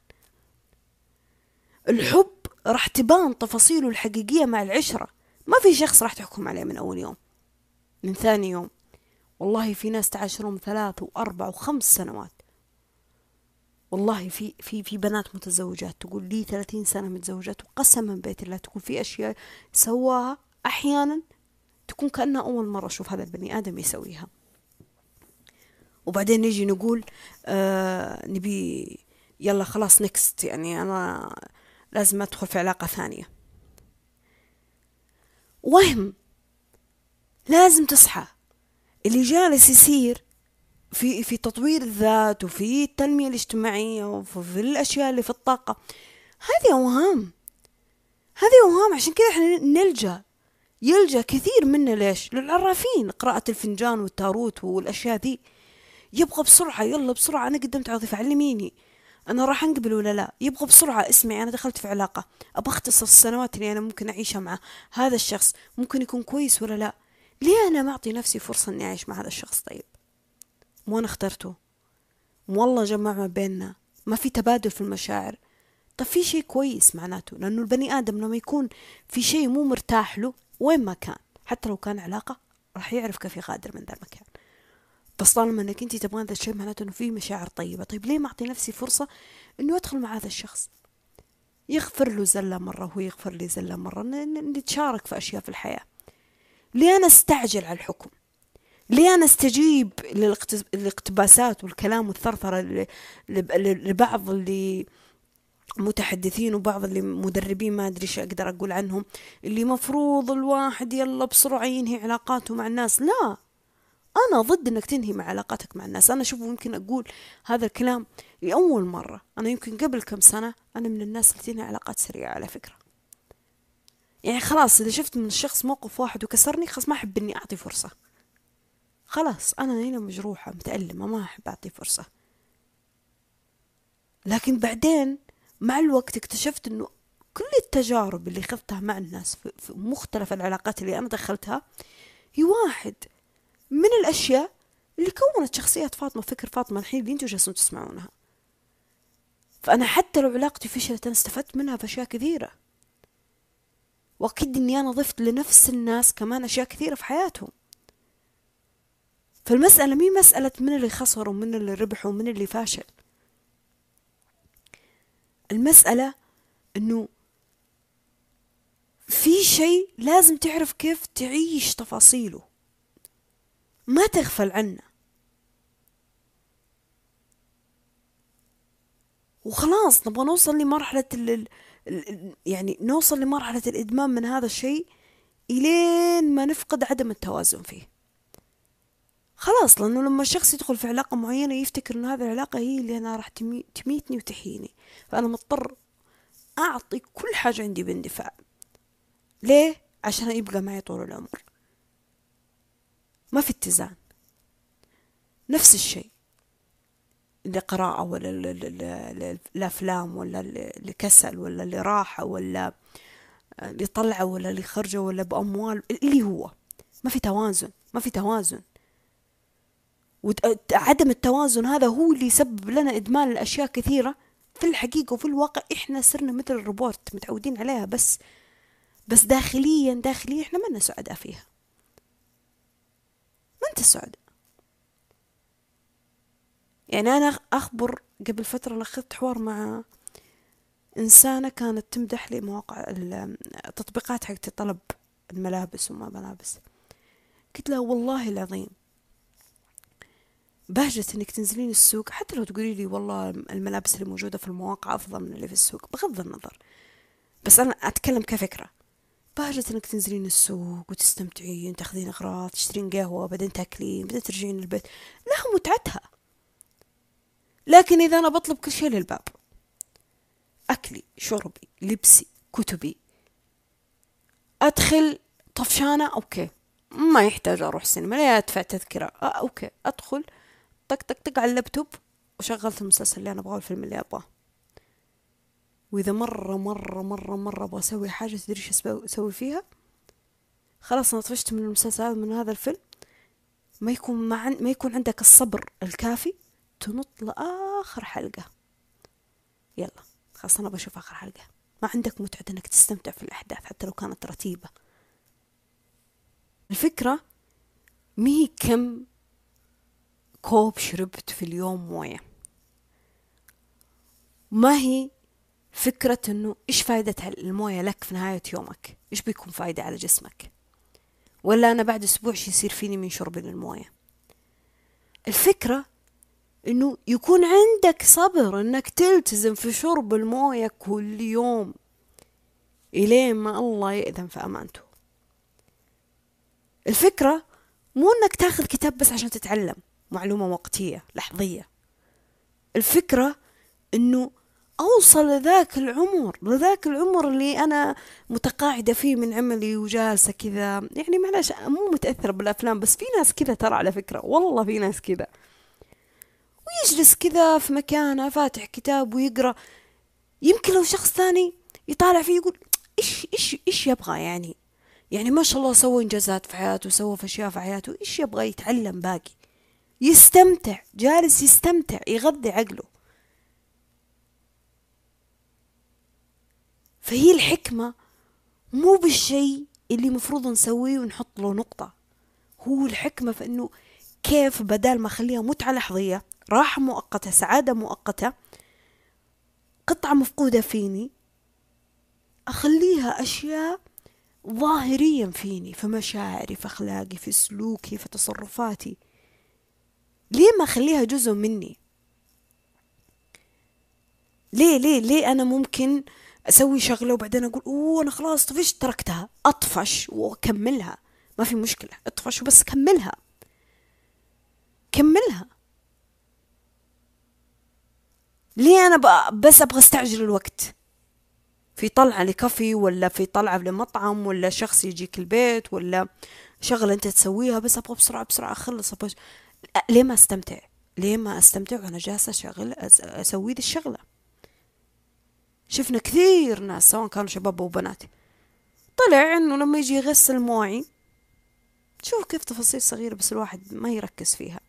الحب راح تبان تفاصيله الحقيقية مع العشرة. ما في شخص راح تحكم عليه من أول يوم من ثاني يوم. والله في ناس تعاشرهم 3 و4 و5 سنوات. والله في بنات متزوجات تقول لي 30 سنة متزوجات، وقسما بيت الله تكون في أشياء سواها أحيانا تكون كأنها أول مرة أشوف هذا البني آدم يسويها. وبعدين نيجي نقول نبي يلا خلاص نكست، يعني أنا لازم أدخل في علاقة ثانية. وهم لازم تصحى. اللي جالس يصير في تطوير الذات وفي التنمية الاجتماعية وفي الأشياء اللي في الطاقة، هذه أوهام. عشان كذا احنا يلجأ كثير منا ليش؟ للعرافين، قراءة الفنجان والتاروت والأشياء ذي. يبغى بسرعة، يلا بسرعة أنا قدمت عاطفة علميني أنا راح أنقبل ولا لا. يبغى بسرعة، اسمعي أنا دخلت في علاقة أبغى أختصر السنوات اللي أنا ممكن أعيشها مع هذا الشخص، ممكن يكون كويس ولا لا. ليه أنا ما أعطي نفسي فرصة إني أعيش مع هذا الشخص؟ طيب مو أنا اخترته، والله جمع ما بيننا، ما في تبادل في المشاعر. طب في شيء كويس معناته، لأنه البني آدم لما يكون في شيء مو مرتاح له وين ما كان، حتى لو كان علاقة، راح يعرف كيف يغادر من ذا المكان. بس طالما انك انت تبغين هذا الشيء معناته انه في مشاعر طيبة. طيب ليه ما اعطي نفسي فرصة انه ادخل مع هذا الشخص، يغفر له زلة مرة وهو يغفر لي زلة مرة، نتشارك في اشياء في الحياة. ليه انا استعجل على الحكم؟ ليه أنا استجيب للاقتباسات والكلام والثرثرة لبعض اللي متحدثين وبعض اللي مدربين، ما أدري شو أقدر أقول عنهم، اللي مفروض الواحد يلا بسرعة ينهي علاقاته مع الناس. لا، أنا ضد أنك تنهي مع علاقاتك مع الناس. أنا شوفوا يمكن أقول هذا الكلام لأول مرة. أنا يمكن قبل كم سنة أنا من الناس اللي تنهي علاقات سريعة على فكرة. يعني خلاص إذا شفت من الشخص موقف واحد وكسرني، خلاص ما أحب إني أعطي فرصة. خلاص أنا هنا مجروحة متألمة، ما أحب أعطي فرصة. لكن بعدين مع الوقت اكتشفت أنه كل التجارب اللي خذتها مع الناس في مختلف العلاقات اللي أنا دخلتها هي واحد من الأشياء اللي كونت شخصية فاطمة، فكر فاطمة الحين اللي انتوا جالسين تسمعونها. فأنا حتى لو علاقتي فشلت أنا استفدت منها في أشياء كثيرة، وأكيد أني أنا ضفت لنفس الناس كمان أشياء كثيرة في حياتهم. فالمسألة مي مسألة من اللي خسر ومن اللي ربح ومن اللي فاشل. المسألة أنه في شيء لازم تعرف كيف تعيش تفاصيله، ما تغفل عنه. وخلاص نبغى نوصل لمرحلة يعني نوصل لمرحلة الإدمان من هذا الشيء إلين ما نفقد عدم التوازن فيه. خلاص، لأنه لما الشخص يدخل في علاقة معينة يفتكر أن هذه العلاقة هي اللي أنا راح تميتني وتحييني، فأنا مضطر أعطي كل حاجة عندي باندفاع. ليه؟ عشان يبقى معي طول العمر. ما في اتزان. نفس الشيء، القراءة ولا الأفلام، ولا اللي كسل، ولا اللي راحة، ولا اللي طلعة، ولا اللي خرجة، ولا بأموال، اللي هو ما في توازن، ما في توازن. وعدم التوازن هذا هو اللي يسبب لنا إدمان الأشياء كثيرة. في الحقيقة وفي الواقع إحنا صرنا مثل الروبوت متعودين عليها، بس داخليا داخليا إحنا ما لنا سعداء فيها. ما أنت سعداء. يعني أنا أخبر قبل فترة أنا أخذت حوار مع إنسانة كانت تمدح لي مواقع التطبيقات حق طلب الملابس وما ملابس. قلت لها والله العظيم بهجة إنك تنزلين السوق، حتى لو تقولي لي والله الملابس اللي موجودة في المواقع أفضل من اللي في السوق، بغض النظر، بس أنا أتكلم كفكرة. بهجة إنك تنزلين السوق وتستمتعين، تاخذين أغراض، تشترين قهوة، بعدين تاكلين، بعدين ترجعين البيت، لها متعتها. لكن إذا أنا بطلب كل شيء للباب، أكلي، شربي، لبسي، كتبي، أدخل طفشانة، أوكي، ما يحتاج أروح سينما، لا أدفع تذكرة، أوكي، أدخل طق طق طق على اللابتوب وشغلت المسلسل اللي أنا أبغاه، الفيلم اللي أبغاه. وإذا مرة أبغى أسوي حاجة، تدري إيش أسوي فيها؟ خلاص أنا طفشت من المسلسل، من هذا الفيلم، ما يكون عندك الصبر الكافي، تنط لآخر حلقة. يلا خلاص أنا بشوف آخر حلقة. ما عندك متعة إنك تستمتع في الأحداث حتى لو كانت رتيبة. الفكرة مي كم كوب شربت في اليوم موية، ما هي فكرة إنه إيش فائدة الموية لك في نهاية يومك، إيش بيكون فائدة على جسمك، ولا أنا بعد أسبوع شي يصير فيني من شرب الموية. الفكرة إنه يكون عندك صبر إنك تلتزم في شرب الموية كل يوم إلين ما الله يأذن في أمانته. الفكرة مو إنك تاخذ كتاب بس عشان تتعلم معلومة وقتية لحظية. الفكرة إنه أوصل لذاك العمر اللي أنا متقاعدة فيه من عملي وجالسة كذا، يعني معلش مو متأثرة بالأفلام، بس في ناس كذا ترى، على فكرة والله في ناس كذا، ويجلس كذا في مكانه فاتح كتاب ويقرأ. يمكن لو شخص ثاني يطالع فيه يقول إيش يبغى يعني ما شاء الله سوى إنجازات في حياته، سوى في أشياء في حياته، إيش يبغى يتعلم باقي؟ يستمتع، جالس يستمتع، يغذي عقله. فهي الحكمة مو بالشيء اللي مفروض نسويه ونحط له نقطة، هو الحكمة في أنه كيف بدال ما أخليها متعة لحظية، راحة مؤقتة، سعادة مؤقتة، قطعة مفقودة فيني، أخليها أشياء ظاهريا فيني، في مشاعري، في أخلاقي، في سلوكي، في تصرفاتي. ليه ما أخليها جزء مني؟ ليه أنا ممكن أسوي شغلة وبعدين أقول أنا خلاص طفشت، تركتها، أطفش وأكملها، ما في مشكلة، أطفش وبس كملها. ليه أنا بس أبغى استعجل الوقت في طلعة لكافي، ولا في طلعة لمطعم، ولا شخص يجيك البيت، ولا شغلة أنت تسويها، بس أبغى بسرعة أخلص. ليه ما أستمتع وأنا جالسة أسوي دي الشغلة؟ شفنا كثير ناس سواء كانوا شباب أو بنات، طلع إنه لما يجي يغسل مواعين، شوف كيف تفاصيل صغيرة بس الواحد ما يركز فيها،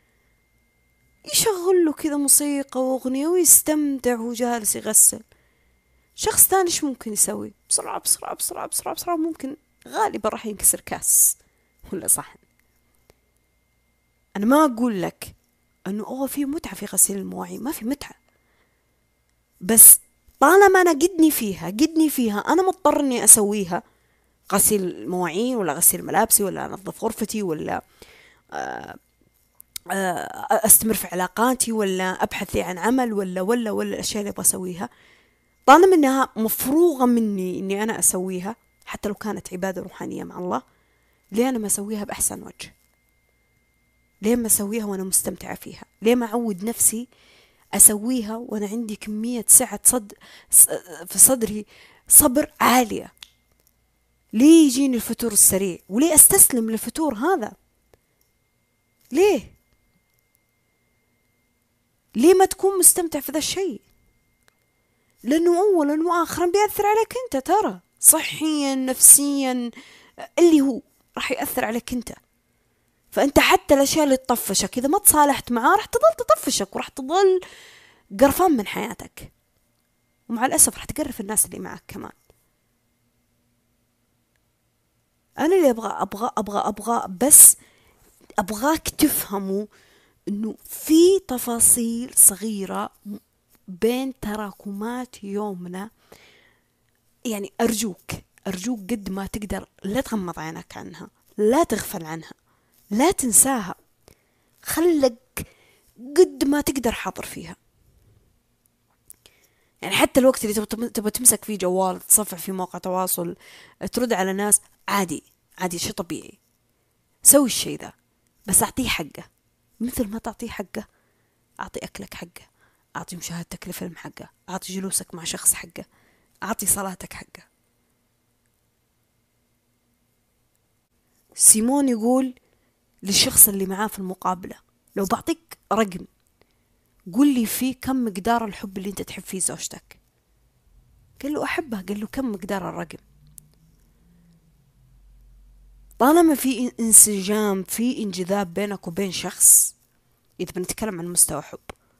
يشغل له كذا موسيقى وأغنية ويستمتع وهو جالس يغسل. شخص ثاني ايش ممكن يسوي؟ بسرعة ممكن غالبا راح ينكسر كاس ولا صحن. أنا ما أقول لك أنه في متعة في غسيل المواعين، ما في متعة، بس طالما أنا قدني فيها أنا مضطر إني أسويها، غسيل المواعين، ولا غسيل ملابسي، ولا أنظف غرفتي، ولا أستمر في علاقاتي، ولا أبحث عن عمل، ولا الأشياء اللي أبغى أسويها، طالما إنها مفروغة مني إني أنا أسويها، حتى لو كانت عبادة روحانية مع الله، ليه أنا ما أسويها بأحسن وجه؟ ليه ما أسويها وأنا مستمتعة فيها؟ ليه ما أعود نفسي أسويها وأنا عندي كمية سعة في صدري، صبر عالية؟ ليه يجيني الفتور السريع؟ وليه أستسلم للفتور هذا؟ ليه؟ ليه ما تكون مستمتع في ذا الشيء؟ لأنه أولا وآخرا بيأثر عليك أنت، ترى صحيا نفسيا اللي هو راح يأثر عليك أنت. فأنت حتى الأشياء اللي تطفشك إذا ما تصالحت معاه راح تظل تطفشك، وراح تظل قرفان من حياتك، ومع الأسف راح تقرف الناس اللي معك كمان. أنا اللي أبغى بس أبغاك تفهموا إنه في تفاصيل صغيرة بين تراكمات يومنا. يعني أرجوك قد ما تقدر لا تغمض عينك عنها، لا تغفل عنها، لا تنساها، خلك قد ما تقدر حاضر فيها. يعني حتى الوقت اللي تبغى تمسك فيه جوال، تصفح في مواقع تواصل، ترد على ناس، عادي شيء طبيعي. سوي الشيء ذا، بس أعطيه حقه. مثل ما تعطيه حقه، أعطي أكلك حقه، أعطي مشاهدتك لفيلم حقه، أعطي جلوسك مع شخص حقه، أعطي صلاتك حقه. سيمون يقول للشخص اللي معاه في المقابلة: لو بعطيك رقم قل لي فيه كم مقدار الحب اللي انت تحب فيه زوجتك. قال له أحبها. قال له كم مقدار الرقم؟ طالما في انسجام، في انجذاب بينك وبين شخص، إذا بنتكلم عن مستوى حب،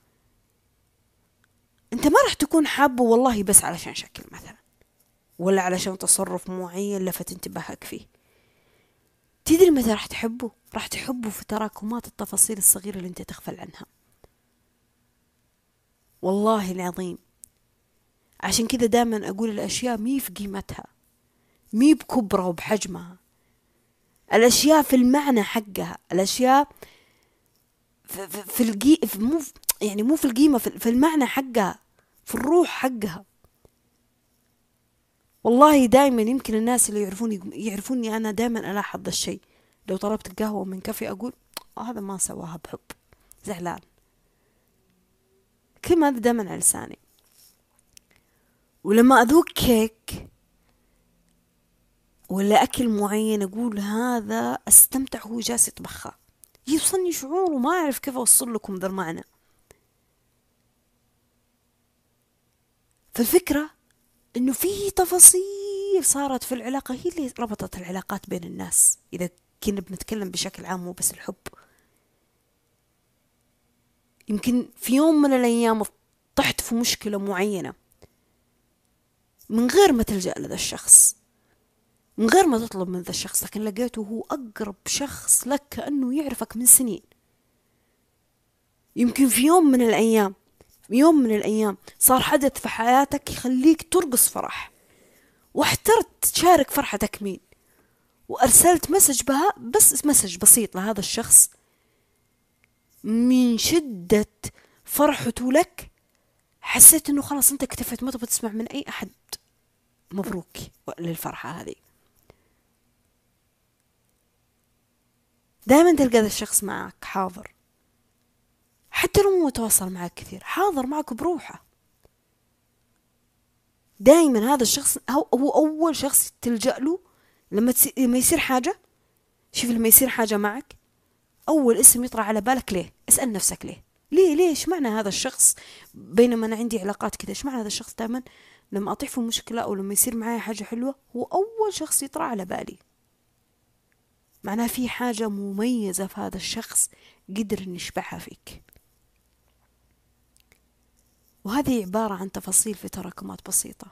انت ما راح تكون حابه والله بس علشان شكل مثلا، ولا علشان تصرف معين لفت انتباهك فيه. تدري متى راح تحبه؟ راح تحبه في تراكمات التفاصيل الصغيرة اللي انت تغفل عنها. والله العظيم. عشان كذا دائما أقول الأشياء مي في قيمتها، مي بكبرها وبحجمها. الأشياء في المعنى حقها، الأشياء مو في القيمة، في المعنى حقها، في الروح حقها. والله دائما يمكن الناس اللي يعرفوني أنا دائما ألاحظ ذا الشيء. لو طلبت قهوة من كافي أقول هذا ما سواها بحب، زعلان. كلمة هذا دائما على لساني. ولما أذوق كيك ولا أكل معين أقول هذا أستمتع هو جالس يطبخها. يوصلني شعور وما أعرف كيف أوصل لكم ذا المعنى. فالفكرة إنه في تفاصيل صارت في العلاقة هي اللي ربطت العلاقات بين الناس، إذا كنا بنتكلم بشكل عام مو بس الحب. يمكن في يوم من الأيام طحت في مشكلة معينة من غير ما تلجأ لذا الشخص، من غير ما تطلب من ذا الشخص، لكن لقيته هو أقرب شخص لك كأنه يعرفك من سنين. يمكن في يوم من الأيام صار حدث في حياتك يخليك ترقص فرح، واحترت تشارك فرحتك مين، وأرسلت بس مسج بسيط لهذا الشخص. من شدة فرحته لك حسيت انه خلاص انت اكتفيت، ما تبغى تسمع من اي احد مبروك للفرحة هذه. دائما تلقى ذا الشخص معك حاضر، حتى لو مو متواصل معك كثير، حاضر معك بروحه. دائما هذا الشخص هو أول شخص تلجأ له لما يصير حاجة. شوف، لما يصير حاجة معك أول اسم يطرأ على بالك ليه؟ اسأل نفسك ليه إيش معنى هذا الشخص؟ بينما أنا عندي علاقات كذا، إيش معنى هذا الشخص دائما لما أطيح في مشكلة أو لما يصير معي حاجة حلوة هو أول شخص يطرأ على بالي؟ معناه في حاجة مميزة في هذا الشخص قدر نشبعها فيك. وهذه عبارة عن تفاصيل في تراكمات بسيطة،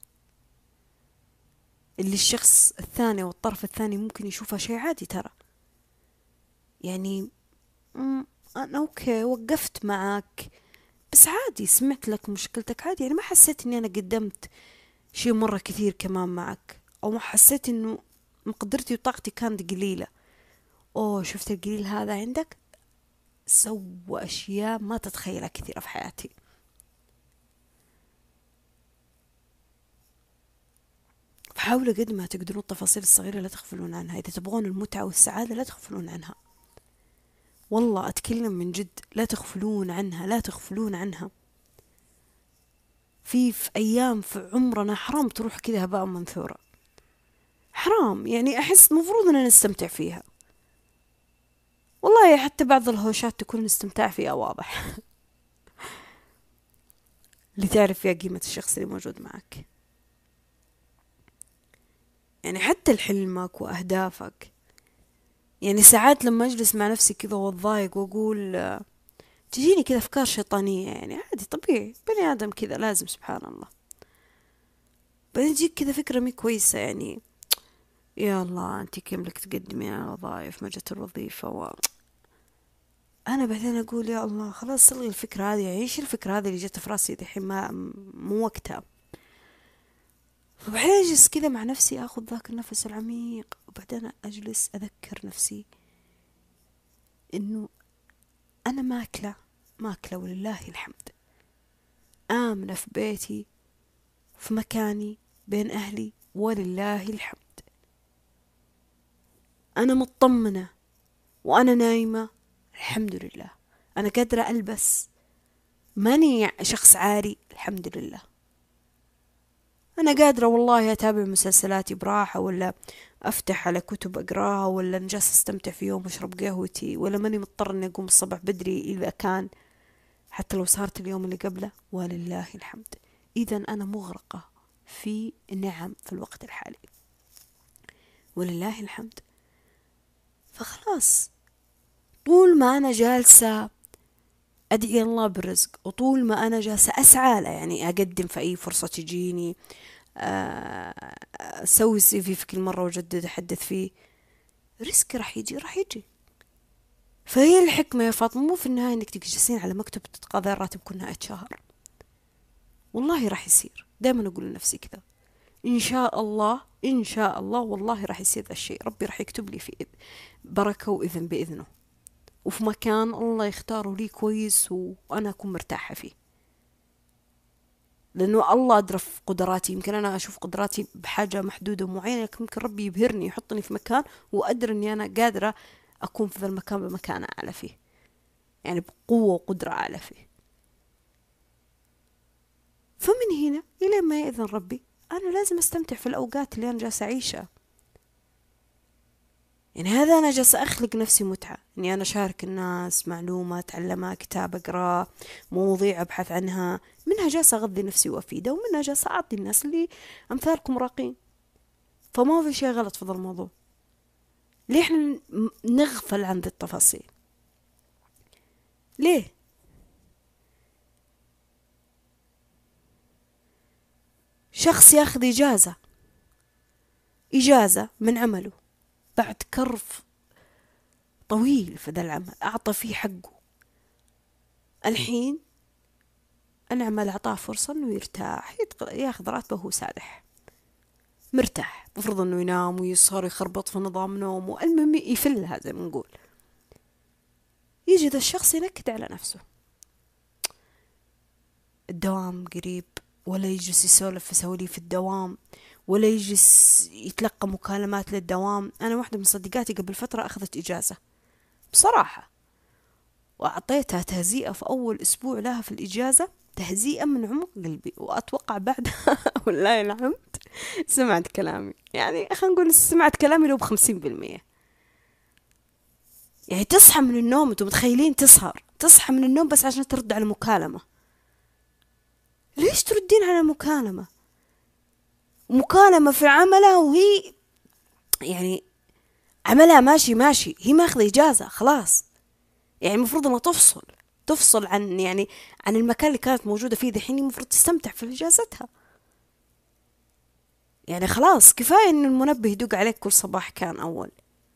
اللي الشخص الثاني والطرف الثاني ممكن يشوفها شيء عادي. ترى يعني أنا أوكي وقفت معك بس عادي، سمعت لك مشكلتك عادي، يعني ما حسيت إني أنا قدمت شيء مرة كثير كمان معك، أو ما حسيت إنه مقدرتي وطاقتي كانت قليلة. أوه شفت القليل هذا عندك؟ سوى أشياء ما تتخيلها كثيرة في حياتي. فحاولوا قد ما تقدرون التفاصيل الصغيرة لا تغفلون عنها. إذا تبغون المتعة والسعادة لا تغفلون عنها. والله أتكلم من جد، لا تغفلون عنها. في أيام في عمرنا حرام تروح كذا هباء منثورة. حرام يعني، أحس مفروض أن نستمتع فيها. والله حتى بعض الهوشات تكون الاستمتاع فيها واضح. لتعرف فيها قيمة الشخص اللي موجود معك. يعني حتى حلمك وأهدافك، يعني ساعات لما أجلس مع نفسي كذا وأتضايق وأقول تجيني كذا أفكار شيطانية، يعني عادي طبيعي بني آدم كذا لازم، سبحان الله. بعدين تجيك كذا فكرة مي كويسة، يعني يا الله أنت كم لك تقدمي على وظائف ما جت الوظيفة أنا بعدين أقول يا الله خلاص الغي الفكرة هذه، عيش الفكرة هذه اللي جت في راسي دحين، ما مو وقتها. فبعدين أجلس كذا مع نفسي، أخذ ذاك النفس العميق، وبعدين أجلس أذكر نفسي إنه أنا ماكلة ولله الحمد، آمنة في بيتي، في مكاني بين أهلي ولله الحمد. أنا مطمنة وأنا نايمة الحمد لله. أنا قادرة ألبس، ماني شخص عاري الحمد لله. أنا قادرة والله أتابع مسلسلاتي براحة، ولا أفتح على كتب أقراها، ولا نجلس أستمتع في يوم أشرب قهوتي، ولا ماني مضطر إني أقوم الصبح بدري إذا كان، حتى لو سهرت اليوم اللي قبله ولله الحمد. إذا أنا مغرقة في نعم في الوقت الحالي ولله الحمد. فخلاص، طول ما أنا جالسة أدعي الله بالرزق، وطول ما أنا جالسة أسعى له، يعني أقدم في أي فرصة تجيني، أسوي سي في كل مرة وجدد أحدث فيه، رزق راح يجي راح يجي. فهي الحكمة يا فاطمة، مو في النهاية إنك تجلسين على مكتب تتقاضي الراتب كل نهاية شهر، والله راح يصير. دائما أقول لنفسي كذا، إن شاء الله إن شاء الله والله راح يصير ذا الشيء، ربي راح يكتب لي في بركة وإذن بإذنه، وفي مكان الله يختاره لي كويس وأنا أكون مرتاحة فيه، لأنه الله أدرى في قدراتي. يمكن أنا أشوف قدراتي بحاجة محدودة ومعينة، لكن يمكن ربي يبهرني يحطني في مكان وأدرى أني أنا قادرة أكون في ذا المكان بمكان أعلى فيه، يعني بقوة وقدرة أعلى فيه. فمن هنا إلى ما يأذن ربي أنا لازم أستمتع في الأوقات اللي أنا جالسة أعيشها. يعني هذا أنا جالسة أخلق نفسي متعة، إني أنا أشارك الناس معلومة أتعلمها، كتاب أقرأ، مواضيع أبحث عنها، منها جالسة أغذي نفسي وأفيدها، ومنها جالسة أعطي الناس اللي أمثالكم راقين. فما في شيء غلط في هذا الموضوع. ليه إحنا نغفل عن ذي التفاصيل؟ ليه؟ شخص ياخذ إجازة من عمله بعد كرف طويل في ذا العمل، أعطى فيه حقه، الحين العمل أعطاه فرصة إنه يرتاح، ياخذ راتبه وهو سارح مرتاح، مفروض إنه ينام ويسهر يخربط في نظام نومه، المهم يفلها زي ما نقول. يجي ذا الشخص ينكد على نفسه، الدوام قريب، ولا يجلس يسولف في سواليف الدوام، ولا يجلس يتلقى مكالمات للدوام. أنا واحدة من صديقاتي قبل فترة أخذت إجازة بصراحة، وأعطيتها تهزيئة في أول أسبوع لها في الإجازة، تهزيئة من عمق قلبي، وأتوقع بعدها والله الحمد سمعت كلامي، يعني خلينا نقول سمعت كلامي لو ب50%. يعني تصحى من النوم، انتم متخيلين تصحى من النوم بس عشان ترد على مكالمة؟ ليش تردين على مكالمة في عملها، وهي يعني عملها ماشي، هي ماخذة إجازة خلاص، يعني المفروض انها تفصل عن يعني عن المكان اللي كانت موجودة فيه دحين، المفروض تستمتع في إجازتها. يعني خلاص كفاية ان المنبه يدق عليك كل صباح كان اول،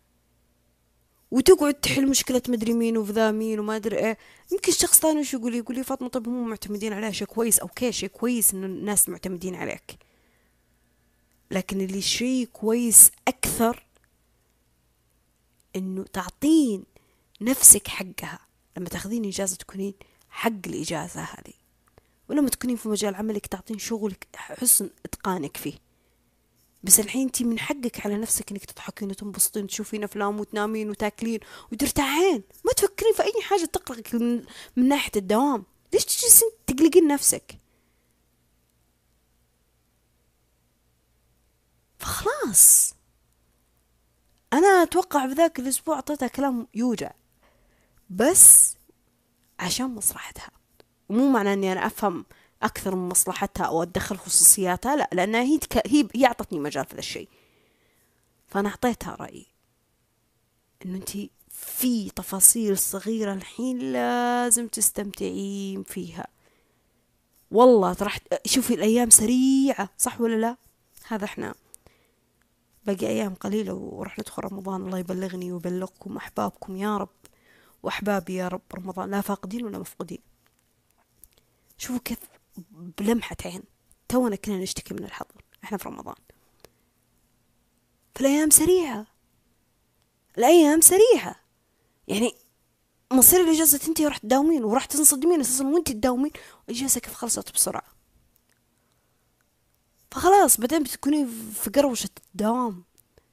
وتقعد تحل مشكلة مدري مين وذا مين وما ادري ايه. يمكن شخص ثاني وش يقول لي فاطمة طب هم معتمدين عليها، شيء كويس، اوكي شيء كويس انه الناس معتمدين عليك، لكن اللي شيء كويس اكثر انه تعطين نفسك حقها. لما تاخذين اجازة تكونين حق الاجازة هذه، ولما تكونين في مجال عملك تعطين شغلك حسن اتقانك فيه. بس الحين انتي من حقك على نفسك انك تضحكين وتنبسطين، تشوفين افلام وتنامين وتاكلين وترتاحين، ما تفكرين في اي حاجة تقلقك من ناحية الدوام. ليش تجلسين تقلقين نفسك؟ فخلاص أنا أتوقع بذاك الأسبوع أعطيتها كلام يوجع، بس عشان مصلحتها، ومو معنى أني أنا أفهم أكثر من مصلحتها أو أتدخل خصوصياتها، لا، لأنها هي أعطتني مجال في ذا الشيء. فأنا أعطيتها رأيي إنه أنتي في تفاصيل صغيرة الحين لازم تستمتعين فيها. والله راح شوفي الأيام سريعة، صح ولا لا؟ هذا احنا باقي أيام قليلة وراح ندخل رمضان، الله يبلغني ويبلغكم أحبابكم يا رب، وأحبابي يا رب. رمضان لا فاقدين ولا مفقودين. شوفوا كيف بلمحة عين تونا كنا نشتكي من الحظر، احنا في رمضان. فالأيام سريعة، الأيام سريعة. يعني مصير الإجازة تنتهي وراح تداومين وراح تنصدمين أساسا وانت تداومين، والإجازة كيف خلصت بسرعة. فخلاص بعدين بتكوني في قروشة الدوام.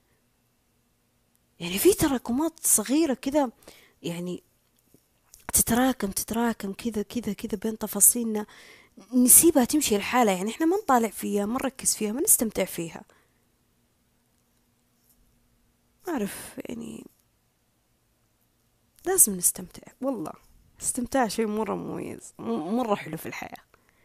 يعني في تراكمات صغيرة كذا، يعني تتراكم تتراكم كذا كذا كذا بين تفاصيلنا، نسيبها تمشي الحالة. يعني احنا ما نطالع فيها، ما نركز فيها، ما نستمتع فيها. ما أعرف يعني، لازم نستمتع والله. استمتاع شيء مرة مميز، مرة حلو في الحياة.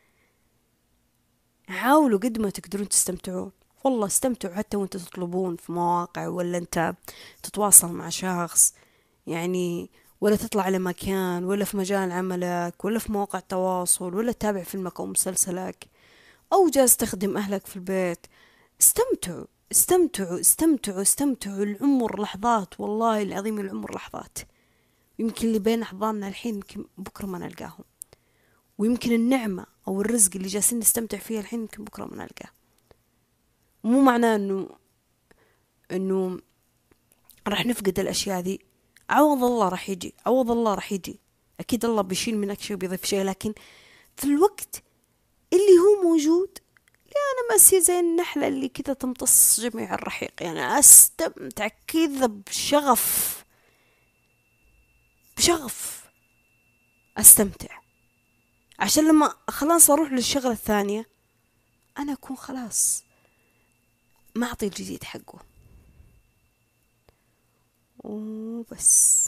حاولوا قد ما تقدرون تستمتعون، والله استمتعوا حتى وانت تطلبون في مواقع، ولا انت تتواصل مع شخص يعني، ولا تطلع لمكان، ولا في مجال عملك، ولا في مواقع تواصل، ولا تتابع فيلمك أو مسلسلك، أو جالس تخدم أهلك في البيت. استمتعوا استمتعوا استمتعوا استمتعوا. العمر لحظات، والله العظيم العمر لحظات. يمكن اللي بين أحضاننا الحين يمكن بكرة ما نلقاهم، ويمكن النعمة أو الرزق اللي جالسين نستمتع فيه الحين يمكن بكرة ما نلقاه. مو معناه إنه راح نفقد الأشياء ذي. عوض الله راح يجي، عوض الله راح يجي. أكيد الله بيشيل منك شيء وبيضيف شيء، لكن في الوقت اللي هو موجود، أنا ماشية زي النحلة اللي كذا تمتص جميع الرحيق. يعني أستمتع كذا بشغف، بشغف أستمتع، عشان لما خلاص أروح للشغلة الثانية أنا أكون خلاص ما أعطي الجديد حقه وبس.